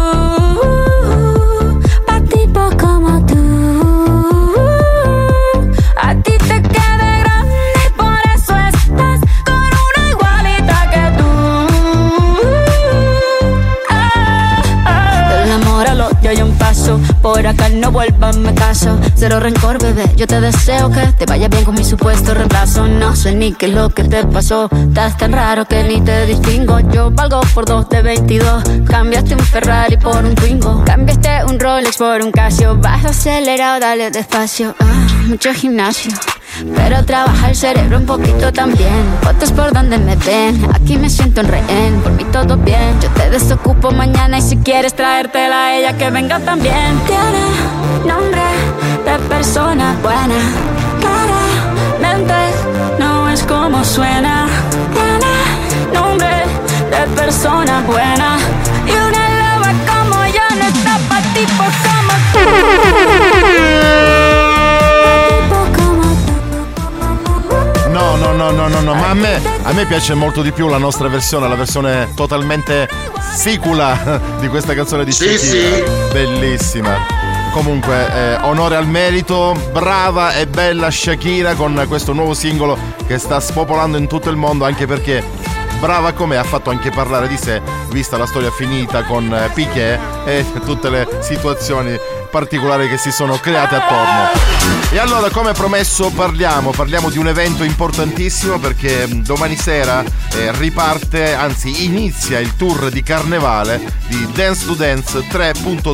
Pa' tipo como tú, a ti te queda grande y por eso estás con una igualita que tú. Ah, ah. Del amor al odio hay un paso, por acá no vuelvas, me caso. Cero rencor, bebé, yo te deseo que te vaya bien con mi supuesto reemplazo. No sé ni qué es lo que te pasó, estás tan raro que ni te distingo. Yo valgo por dos de veintidós, cambiaste un Ferrari por un Twingo. Cambiaste un Rolex por un Casio, vas acelerado, dale despacio. Ah, mucho gimnasio, pero trabaja el cerebro un poquito también. Fotos por donde me ven, aquí me siento en rehén. Por mí todo bien, yo te desocupo mañana y si quieres traértela a ella que venga también. Tiene nombre de persona buena, claramente no es como suena. Tiene nombre de persona buena y una loba como yo no está pa' tipo como No, no, no, no, no, no, ma a me, a me piace molto di più la nostra versione, la versione totalmente sicula di questa canzone di Shakira. Sì, sì. Bellissima. Comunque, eh, onore al merito, brava e bella Shakira con questo nuovo singolo che sta spopolando in tutto il mondo, anche perché brava com'è, ha fatto anche parlare di sé, vista la storia finita con eh, Piqué e tutte le situazioni particolari che si sono create attorno. E allora, come promesso, parliamo parliamo di un evento importantissimo, perché domani sera eh, riparte, anzi inizia il tour di carnevale di Dance to Dance tre punto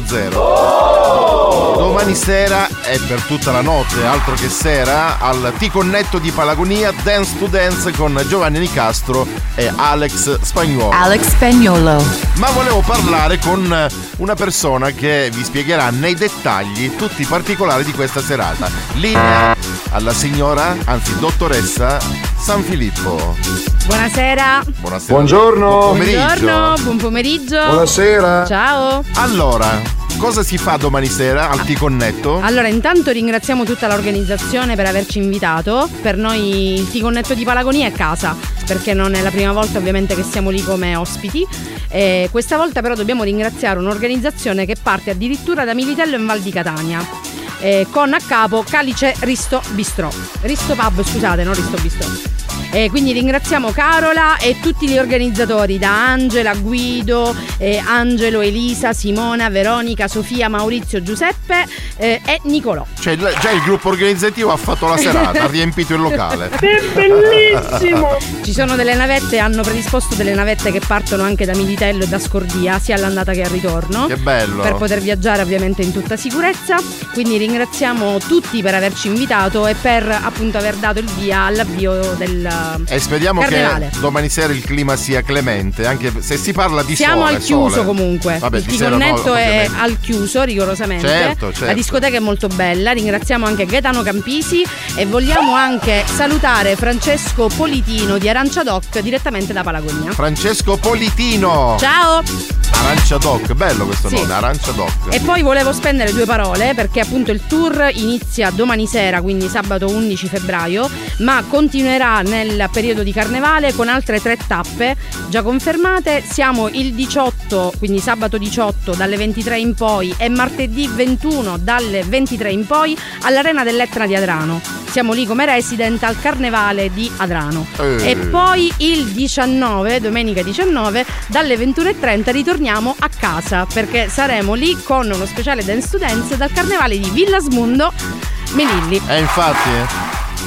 zero. Domani sera e per tutta la notte, altro che sera, al T-Connetto di Palagonia, Dance to Dance con Giovanni Nicastro e Alex Spagnuolo. Alex Spagnuolo. Ma volevo parlare con una persona che vi spiegherà nei dettagli tutti i particolari di questa serata. Linea alla signora, anzi dottoressa Sanfilippo. Buonasera. Buonasera. Buongiorno. Buon pomeriggio. Buongiorno, buon pomeriggio. Buonasera. Ciao. Allora, cosa si fa domani sera al T-Connetto? Allora, intanto ringraziamo tutta l'organizzazione per averci invitato. Per noi il T-Connetto di Palagonia è casa, perché non è la prima volta ovviamente che siamo lì come ospiti. E questa volta però dobbiamo ringraziare un'organizzazione che parte addirittura da Militello in Val di Catania, eh, con a capo Calice Risto Bistrò. Risto Pub, scusate, non Risto Bistrò. E quindi ringraziamo Carola e tutti gli organizzatori, da Angela, Guido, eh, Angelo, Elisa, Simona, Veronica, Sofia, Maurizio, Giuseppe eh, e Nicolò. Cioè già il gruppo organizzativo ha fatto la serata, ha riempito il locale. È bellissimo! Ci sono delle navette, hanno predisposto delle navette che partono anche da Militello e da Scordia, sia all'andata che al ritorno. Che bello! Per poter viaggiare ovviamente in tutta sicurezza. Quindi ringraziamo tutti per averci invitato e per appunto aver dato il via all'avvio del e speriamo carnevale. Che domani sera il clima sia clemente, anche se si parla di Siamo sole. al chiuso sole. comunque. Vabbè, il di sera T-Connetto no, è ovviamente. al chiuso rigorosamente. Certo, certo. La discoteca è molto bella. Ringraziamo anche Gaetano Campisi e vogliamo anche salutare Francesco Politino di Arancia Doc direttamente da Palagonia. Francesco Politino. Ciao. Arancia Doc, bello questo Sì. nome, Arancia Doc. E poi volevo spendere due parole perché appunto il tour inizia domani sera, quindi sabato undici febbraio, ma continuerà nel periodo di carnevale con altre tre tappe già confermate. Siamo il diciotto, quindi sabato diciotto dalle ventitré in poi e martedì ventuno dalle ventitré in poi all'Arena dell'Etna di Adrano. Siamo lì come resident al Carnevale di Adrano. Eh. E poi il diciannove, domenica diciannove, dalle ventuno e trenta ritorniamo a casa perché saremo lì con uno speciale Dance to Dance dal Carnevale di Villasmundo Melilli. E infatti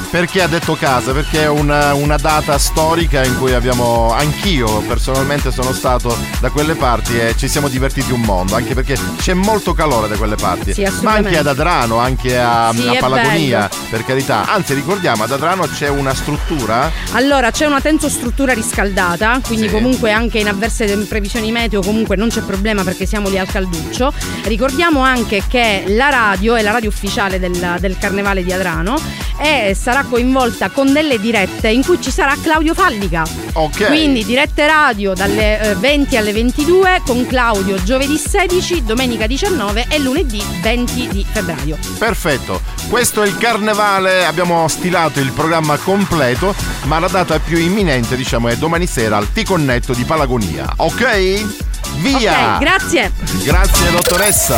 Perché ha detto casa? Perché è una, una data storica in cui abbiamo, anch'io personalmente sono stato da quelle parti e ci siamo divertiti un mondo, anche perché c'è molto calore da quelle parti, sì, ma anche ad Adrano, anche a, sì, a Palagonia, bello. per carità. Anzi, ricordiamo, ad Adrano c'è una struttura. Allora, c'è una tensostruttura riscaldata, quindi sì. comunque anche in avverse previsioni meteo comunque non c'è problema perché siamo lì al calduccio. Ricordiamo anche che la radio è la radio ufficiale del, del Carnevale di Adrano e sarà coinvolta con delle dirette in cui ci sarà Claudio Fallica. Ok. Quindi dirette radio dalle eh, venti alle ventidue con Claudio giovedì sedici, domenica diciannove e lunedì venti di febbraio. Perfetto, questo è il Carnevale, abbiamo stilato il programma completo, ma la data più imminente, diciamo, è domani sera al Ticonnetto di Palagonia. Ok? Via! Ok, grazie! Grazie dottoressa!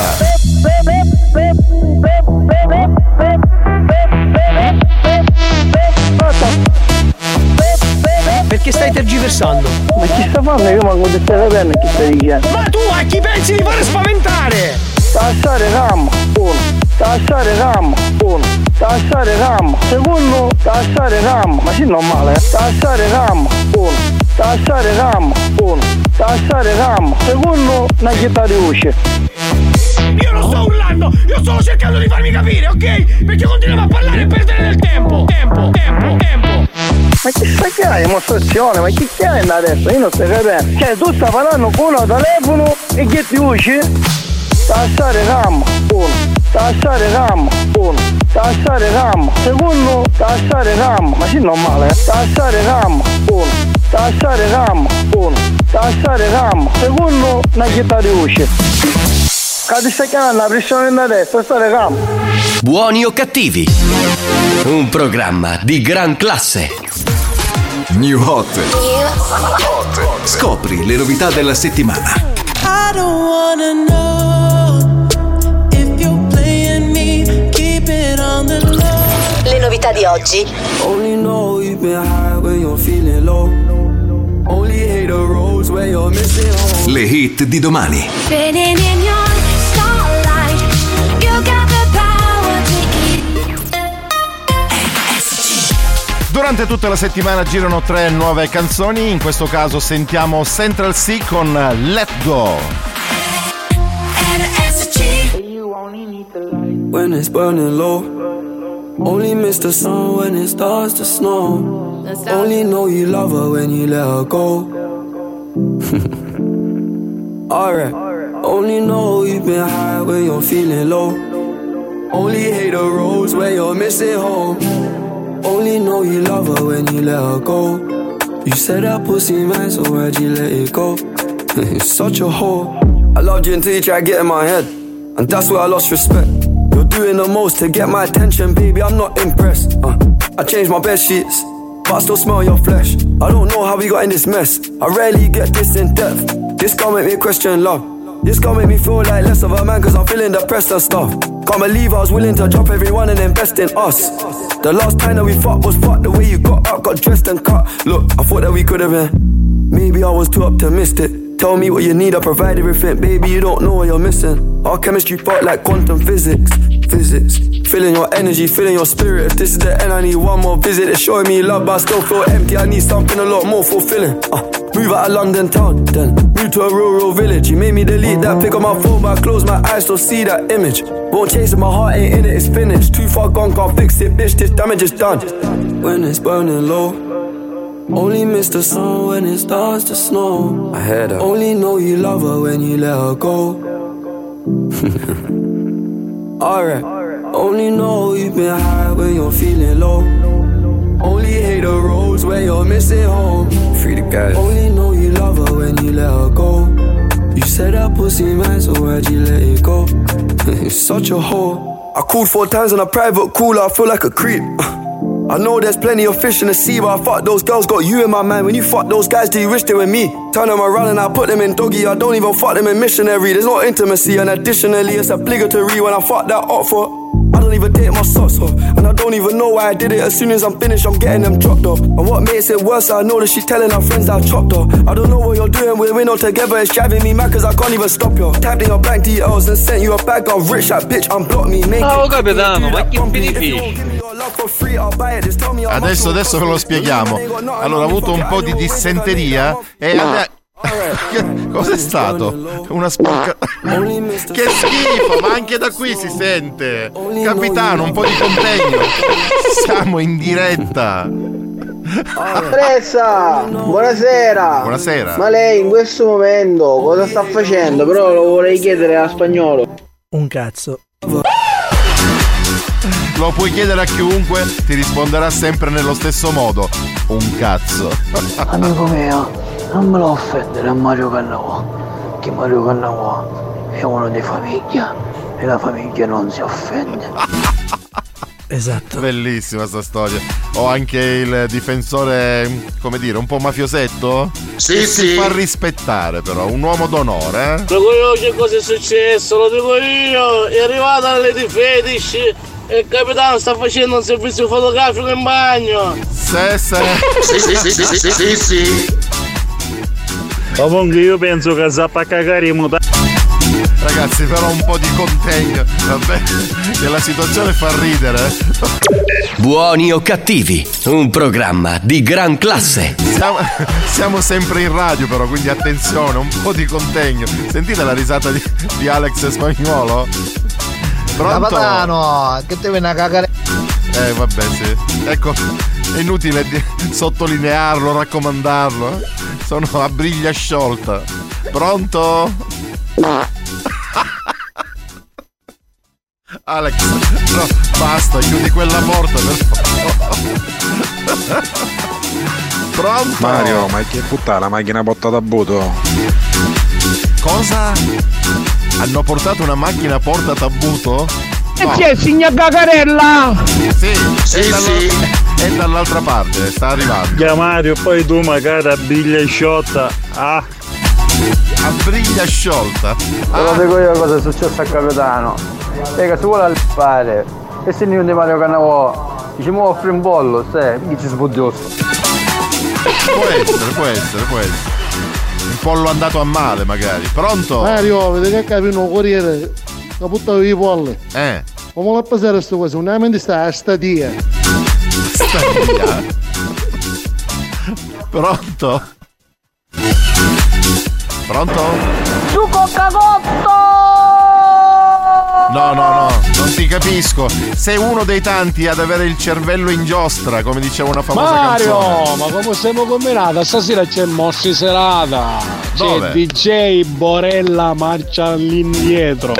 Perché stai tergiversando? Ma chi sta facendo? Io manco di stai capendo chi stai dicendo. Ma tu a chi pensi di fare spaventare? Tassare gamma, uno. Tassare gamma, uno. Tassare gamma, secondo. Tassare gamma, ma sì normale, eh? Tassare gamma, uno. Tassare gamma, uno. Tassare gamma, secondo. Una chietta di usce. Io non sto urlando, io sto cercando di farmi capire, ok? Perché continuiamo a parlare e perdere del tempo. Tempo, tempo, tempo. Ma che sta che hai dimostrazione? Ma chi che hai adesso? Io non sto capendo. Cioè tu stai parlando con un telefono e che ti usci? Tassare gamma, uno. Tassare gamma, uno. Tassare gamma, secondo. Tassare gamma, ma sì normale, eh? Tassare gamma, uno. Tassare gamma, uno. Tassare gamma, secondo. Una chietta di usci. Cade stai chiamando la pressione da destra, stare gamma. Buoni o cattivi? Un programma di gran classe. New Hot. Scopri le novità della settimana. I don't wanna know if you're playing me, keep it on the low. Le novità di oggi. Only know you've been high when you're feeling low. Only hate the roads where you're missing home. Le hit di domani. Spinning in your starlight, you got the power to eat. Durante tutta la settimana girano tre nuove canzoni, in questo caso sentiamo Central C con Let Go. When it's burning low, only miss the sun when it starts to snow. Only know you love her when you let her go. Alright, only know you've been high when you're feeling low. Only hate the roads where you're missing home. Only know you love her when you let her go. You said that pussy man, so why'd you let it go? It's such a whore. I loved you until you tried to get in my head, and that's where I lost respect. You're doing the most to get my attention, baby, I'm not impressed. uh, I changed my bed sheets, but I still smell your flesh. I don't know how we got in this mess, I rarely get this in depth. This can't make me question love. This can't make me feel like less of a man, cause I'm feeling depressed and stuff. Can't believe I was willing to drop everyone and invest in us. The last time that we fucked was fucked. The way you got up, got dressed and cut. Look, I thought that we could have been. Maybe I was too optimistic. Tell me what you need, I provide everything. Baby, you don't know what you're missing. Our chemistry felt like quantum physics. Physics. Feeling your energy, feeling your spirit. If this is the end, I need one more visit. It's showing me love, but I still feel empty. I need something a lot more fulfilling. uh, Move out of London town, then move to a rural village. You made me delete that pic on my phone, but I close my eyes, still see that image. Won't chase it, my heart ain't in it, it's finished. Too far gone, can't fix it, bitch, this damage is done. When it's burning low, only miss the sun when it starts to snow. I heard her. Only know you love her when you let her go. Alright, only know you've been high when you're feeling low. Only hate the roads where you're missing home. Free the guys. Only know you love her when you let her go. You said that pussy man, so why'd you let it go? It's such a whore. I called four times on a private call, I feel like a creep. I know there's plenty of fish in the sea, but I fuck those girls, got you in my mind. When you fuck those guys, do you wish they were me? Turn them around and I put them in doggy. I don't even fuck them in missionary. There's no intimacy, and additionally it's obligatory when I fuck that up for. I don't don't even take my socks off. And I don't even know why I did it. As soon as I'm finished, I'm getting them dropped off. And what makes it worse, I know that she's telling her friends that I chopped her. I don't know what you're doing, we're in all together. It's driving me mad cause I can't even stop you. Tapped in your bank details and sent you a bag of rich. That bitch unblocked me. Make oh capitano, ma che benefici? Adesso, adesso ve lo spieghiamo. Allora, ho avuto un po' di dissenteria e ade- cos'è stato? Una sporca. Che schifo, ma anche da qui si sente. Capitano, un po' di contegno. Siamo in diretta. Pressa, buonasera. Buonasera. Ma lei in questo momento cosa sta facendo? Però lo vorrei chiedere a Spagnolo. Un cazzo. Lo puoi chiedere a chiunque, ti risponderà sempre nello stesso modo. Un cazzo. Amico mio, non me lo offendere a Mario Cannavò, che Mario Cannavò è uno di famiglia e la famiglia non si offende. Esatto. Bellissima sta storia. Ho anche il difensore, come dire, un po' mafiosetto. Sì, che sì. si fa rispettare però, un uomo d'onore, eh. Dico io che cosa è successo, lo dico io. È arrivata la Lady Fetish e il capitano sta facendo un servizio fotografico in bagno. Sì, sì. Sì, sì, sì, sì, sì, sì, sì. Comunque io penso che zappa a cagare i mutati. Ragazzi, però un po' di contegno, vabbè, che la situazione fa ridere. Buoni o cattivi, un programma di gran classe. Siamo, siamo sempre in radio però, quindi attenzione, un po' di contegno. Sentite la risata di, di Alex Spagnuolo? Pronto? Capitano, che te viene a cagare? Eh vabbè sì, ecco, è inutile di, sottolinearlo, raccomandarlo. Sono a briglia sciolta. Pronto? Alex, no, basta, chiudi quella porta per favore. Pronto? Mario, ma che puttana, la macchina portata a buto. Cosa? Hanno portato una macchina porta tabuto? E chi è, signor Cacarella? Sì, sì, è, dalla, sì. è dall'altra parte, sta arrivando. Ya Mario, poi tu magari a biglia sciotta. Ah. A briglia sciolta. Te lo dico io cosa è successo al capitano. Raga, si vuole fare. E se non di Mario Cannavò dice mo offri un bollo, sai, che ci sbuddioso. Può essere, può essere, può essere. Un pollo andato a male magari. Pronto? Mario, vedi che capito un corriere. La buttavo i polli. Eh. Come la passare sto cosa? Un mente sta a stadia. Stadia. Pronto? Pronto? Succo cagotto! No, no, no, non ti capisco. Sei uno dei tanti ad avere il cervello in giostra, come diceva una famosa Mario, canzone. ma come siamo combinati? Stasera c'è Mossi Serata. Dove? C'è D J Borella marcia all'indietro.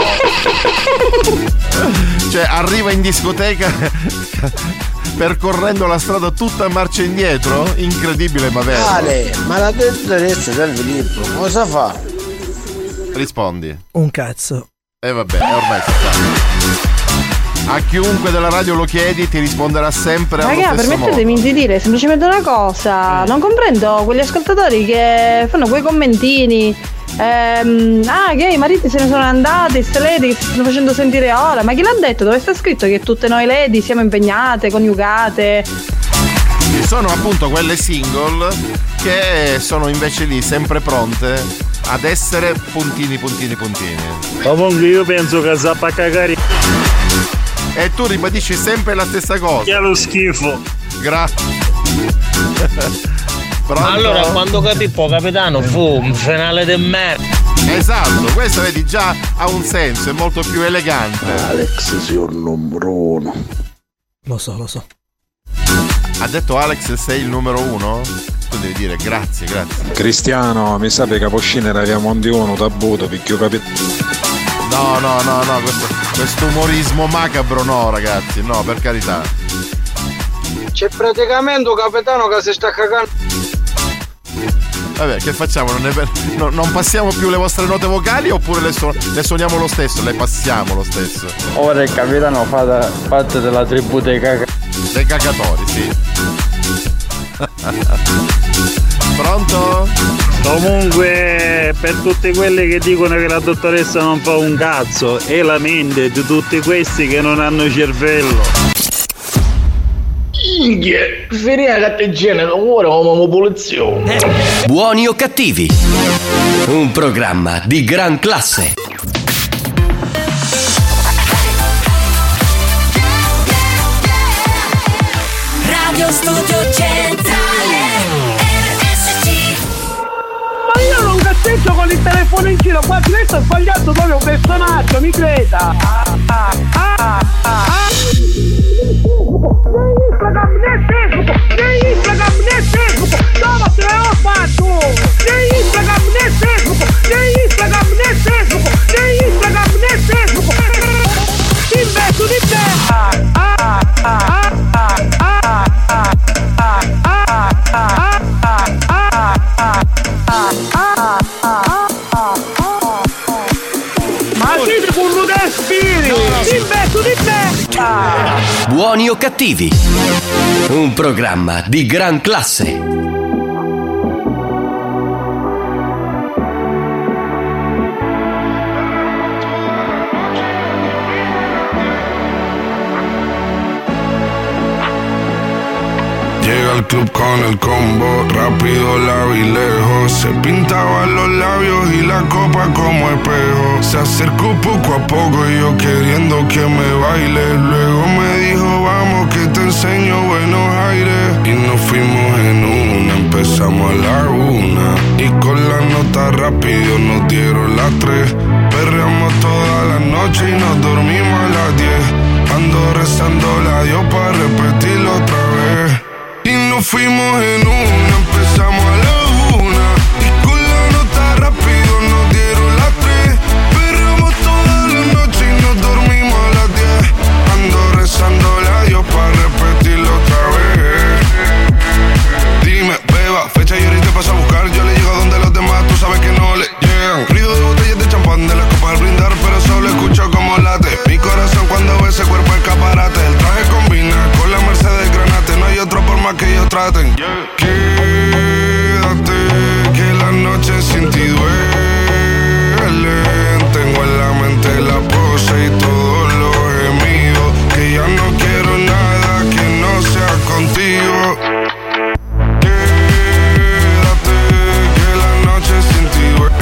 Cioè, arriva in discoteca percorrendo la strada tutta a marcia indietro? Incredibile, ma vero. Ale, ma la dottoressa del Filippo cosa fa? Rispondi. Un cazzo. E eh vabbè, ormai si sa. A chiunque della radio lo chiedi ti risponderà sempre allo Raga, stesso permettetemi modo. di dire semplicemente una cosa. Mm. Non comprendo quegli ascoltatori che fanno quei commentini. Ehm, ah, che i mariti se ne sono andati, queste lady che si stanno facendo sentire ora. Ma chi l'ha detto? Dove sta scritto che tutte noi lady siamo impegnate, coniugate? Ci sono appunto quelle single che sono invece lì sempre pronte ad essere puntini puntini puntini. Comunque io penso che zappa a cagare. E tu ribadisci sempre la stessa cosa. Che è lo schifo. Grazie. Allora quando capippo capitano fu un finale del merda. Esatto, questo vedi già ha un senso, è molto più elegante. Alex sei un numero uno. Lo so, lo so. Ha detto Alex sei il numero uno? Tu devi dire grazie, grazie. Cristiano, mi sa che Caposcina era Mondi uno tabuto, picchio capito. No, no, no, no, questo, questo umorismo macabro no, ragazzi, no, per carità. C'è praticamente un capitano che si sta cagando. Vabbè, che facciamo? Non, ne, no, non passiamo più le vostre note vocali oppure le, su, le suoniamo lo stesso? Le passiamo lo stesso. Ora il capitano fa da, parte della tribù dei caga. Dei cagatori, sì. Pronto? Comunque, per tutti quelli che dicono che la dottoressa non fa un cazzo, è la mente di tutti questi che non hanno cervello. Inghia, finire la catteggina, ora come popolazione. Buoni o cattivi? Un programma di gran classe. Radio Studio Centrale R S C. Ma io non cazzeggio con il telefono in giro, qua questo è sbagliato proprio un personaggio, mi creda. Ah, ah, ah, ah. Instagram, né Facebook, né Instagram, né Facebook, dove te l'ho fatto? Né Instagram, né Facebook, né Instagram, né Facebook, né Instagram, né Facebook. Investo di te. Ah, ah, ah, ah, ah, ah, ah, ah, ah. Ma siete con un respiro, investo di te. Ah. Buoni o cattivi? Un programma di gran classe. Llega al club con el combo, rápido la vi lejos. Se pintaba los labios y la copa como espejo. Se acercó poco a poco y yo queriendo que me baile. Luego me dijo vamos que te enseño buenos aires. Y nos fuimos en una, empezamos a la una. Y con la nota rápido nos dieron las tres. Perreamos toda la noche y nos dormimos a las diez. Ando rezando la Dios para repetirlo otra vez. Y nos fuimos en una, empezamos a la una. Y con la nota rápido nos dieron las tres. Perreamos toda la noche y nos dormimos a las diez. Ando rezando a Dios para repetirlo otra vez. Dime, beba, fecha y ahorita paso a buscar. Yo le llego a donde los demás, tú sabes que no le llegan. Ruido de botellas de champán, de las copas al brindar, pero solo escucho como late mi corazón cuando ve ese cuerpo escaparate. El traje combina con la Mercedes Granate. No hay otro por más que ellos traten. Quédate, que la noche sin ti duele. Tengo en la mente la pose y todos los gemidos. Que ya no quiero nada que no sea contigo. Quédate, que la noche sin ti duele.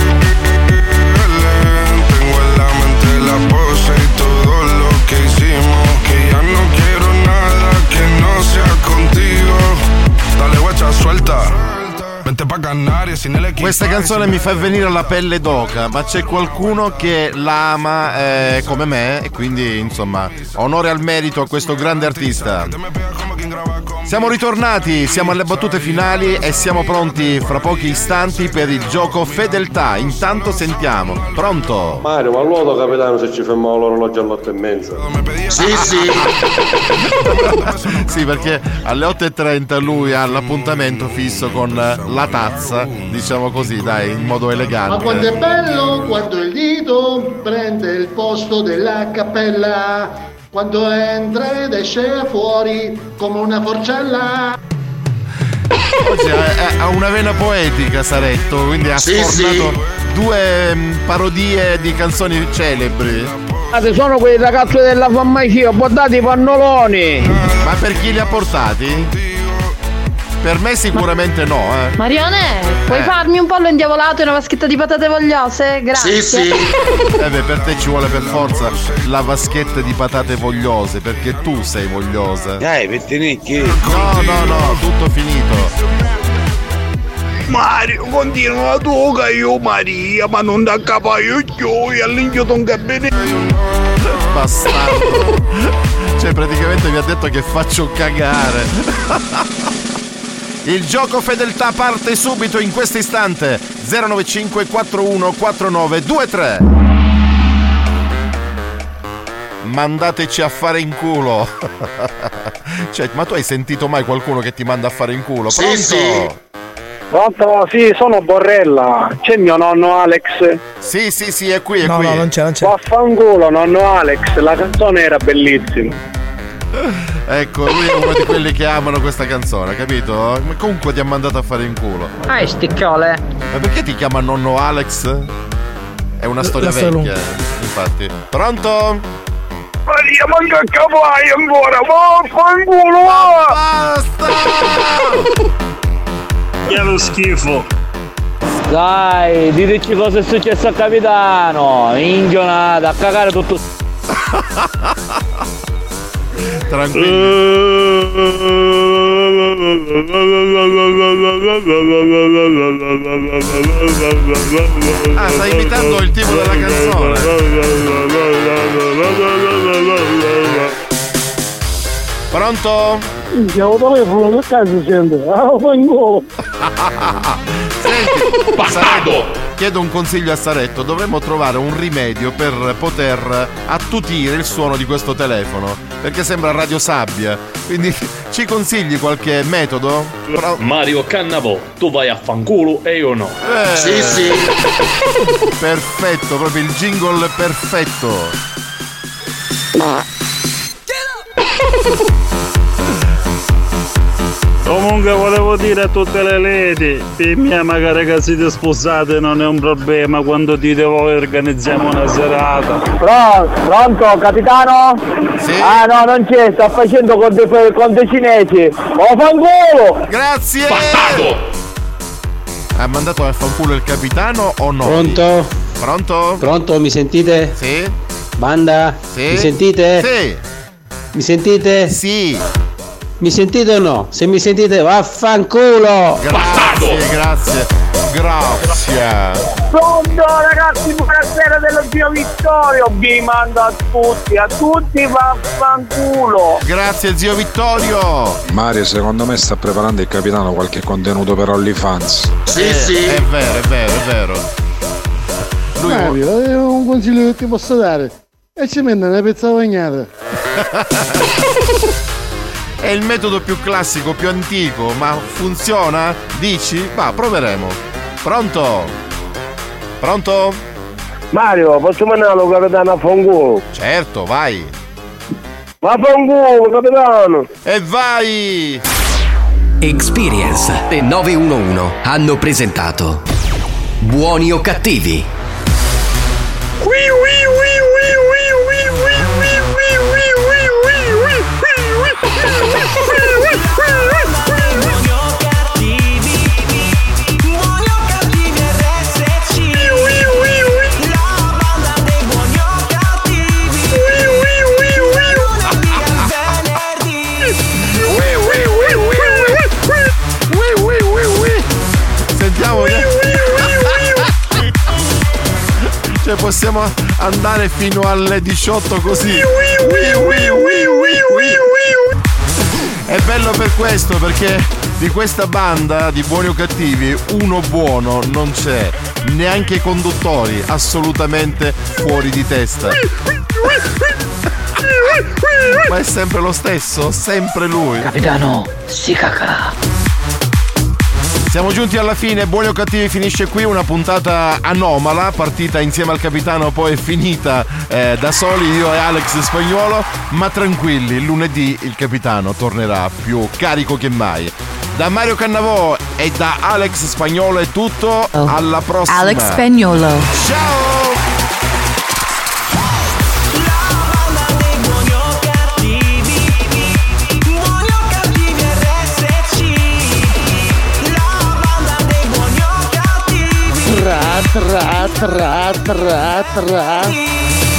Tengo en la mente la pose y todo lo que hicimos. Que ya no quiero nada que no sea contigo. Dale guacha, suelta. Vente pa' Canarias sin el equipo. Questa canzone mi fa venire la pelle d'oca, ma c'è qualcuno che la ama eh, come me e quindi insomma onore al merito a questo grande artista. Siamo ritornati, siamo alle battute finali e siamo pronti fra pochi istanti per il gioco fedeltà. Intanto sentiamo. Pronto? Mario, ma l'uoto capitano se ci fermiamo l'orologio alle otto e mezza. Sì, sì. Sì, perché alle otto e trenta lui ha l'appuntamento fisso con la tazza, diciamo così, dai, in modo elegante. Ma quando è bello, quando il dito prende il posto della cappella, quando entra ed esce fuori come una forcella. Oggi ha, ha una vena poetica Saretto, quindi ha sì, sfornato sì. due mh, parodie di canzoni celebri. Sono quei ragazzi della farmacia, portati i pannoloni. Ma per chi li ha portati? Per me sicuramente no, eh. Marione, puoi Eh. farmi un pollo indiavolato e una vaschetta di patate vogliose? Grazie. Sì, sì. Eh beh, per te ci vuole per forza la vaschetta di patate vogliose, perché tu sei vogliosa. Dai, pettinicchi. No, no, no, tutto finito. Mario, continua tu che io Maria, ma non da capo io io all'inchioto un gabinetto. Bastardo. Cioè, praticamente mi ha detto che faccio cagare. Il gioco fedeltà parte subito in questo istante. zero nove cinque quattro uno quattro nove due tre. Mandateci a fare in culo. Cioè, ma tu hai sentito mai qualcuno che ti manda a fare in culo? Sì, Pronto? sì. Pronto? Sì, sono Borrella. C'è mio nonno Alex? Sì, sì, sì, è qui, è No, qui. no, non c'è, non c'è. Vaffanculo, nonno Alex. La canzone era bellissima. Ecco, lui è uno di quelli che amano questa canzone, capito? Ma comunque ti ha mandato a fare in culo. Ah, sticchiole. Ma perché ti chiama nonno Alex? È una storia La vecchia, infatti. Pronto? Maria, manca a cavallo ancora, vaffanculo! Basta! Che è lo schifo. Dai, diteci cosa è successo al capitano. Ingionata, a cagare tutto. Ah, stai imitando il tipo della canzone. Pronto? Il telefono che cazzo sente? Ah, fangolo! Senti, Saretto, chiedo un consiglio a Saretto. Dovremmo trovare un rimedio per poter attutire il suono di questo telefono, perché sembra Radio Sabbia. Quindi ci consigli qualche metodo? Pro- Mario Cannavò, tu vai a fanculo e io no. Eh, sì, sì. Perfetto, proprio il jingle perfetto. Comunque volevo dire a tutte le lady, per me magari che siete sposate non è un problema, quando dite voi organizziamo una serata. Pronto, pronto, capitano? Sì. Ah no, non c'è, sta facendo con dei, con dei cinesi. Oh, fangolo! Grazie! Bastardo! Ha mandato a fanculo il capitano o no? Pronto? Pronto? Pronto, mi sentite? Sì. Banda? Sì. Mi sentite? Sì. Mi sentite? Sì. Mi sentite o no? Se mi sentite, vaffanculo! Grazie, grazie, grazie. Pronto ragazzi, buonasera dello zio Vittorio. Vi mando a tutti, a tutti vaffanculo. Grazie zio Vittorio. Mario, secondo me sta preparando il capitano qualche contenuto per OnlyFans. Sì, eh, sì. È vero, è vero, è vero. Lui Mario, è un consiglio che ti posso dare. E ci mette una pezza bagnata. È il metodo più classico, più antico, ma funziona? Dici? Va, proveremo. Pronto? Pronto? Mario, posso mandare lo capitano a fanculo? Certo, vai. Ma fanculo, capitano! E vai! Experience e nove uno uno hanno presentato Buoni o cattivi? Sentiamo che... Cioè possiamo andare fino alle diciotto così. È bello per questo, perché di questa banda di Buoni o Cattivi uno buono non c'è, neanche i conduttori, assolutamente fuori di testa. Ma è sempre lo stesso, sempre lui. Capitano, si caca. Siamo giunti alla fine, Buoni o Cattivi finisce qui, una puntata anomala, partita insieme al capitano, poi è finita eh, da soli, io e Alex Spagnuolo, ma tranquilli, lunedì il capitano tornerà più carico che mai. Da Mario Cannavò e da Alex Spagnuolo è tutto, oh. Alla prossima. Alex Spagnuolo. Ciao! Tra tra tra tra tra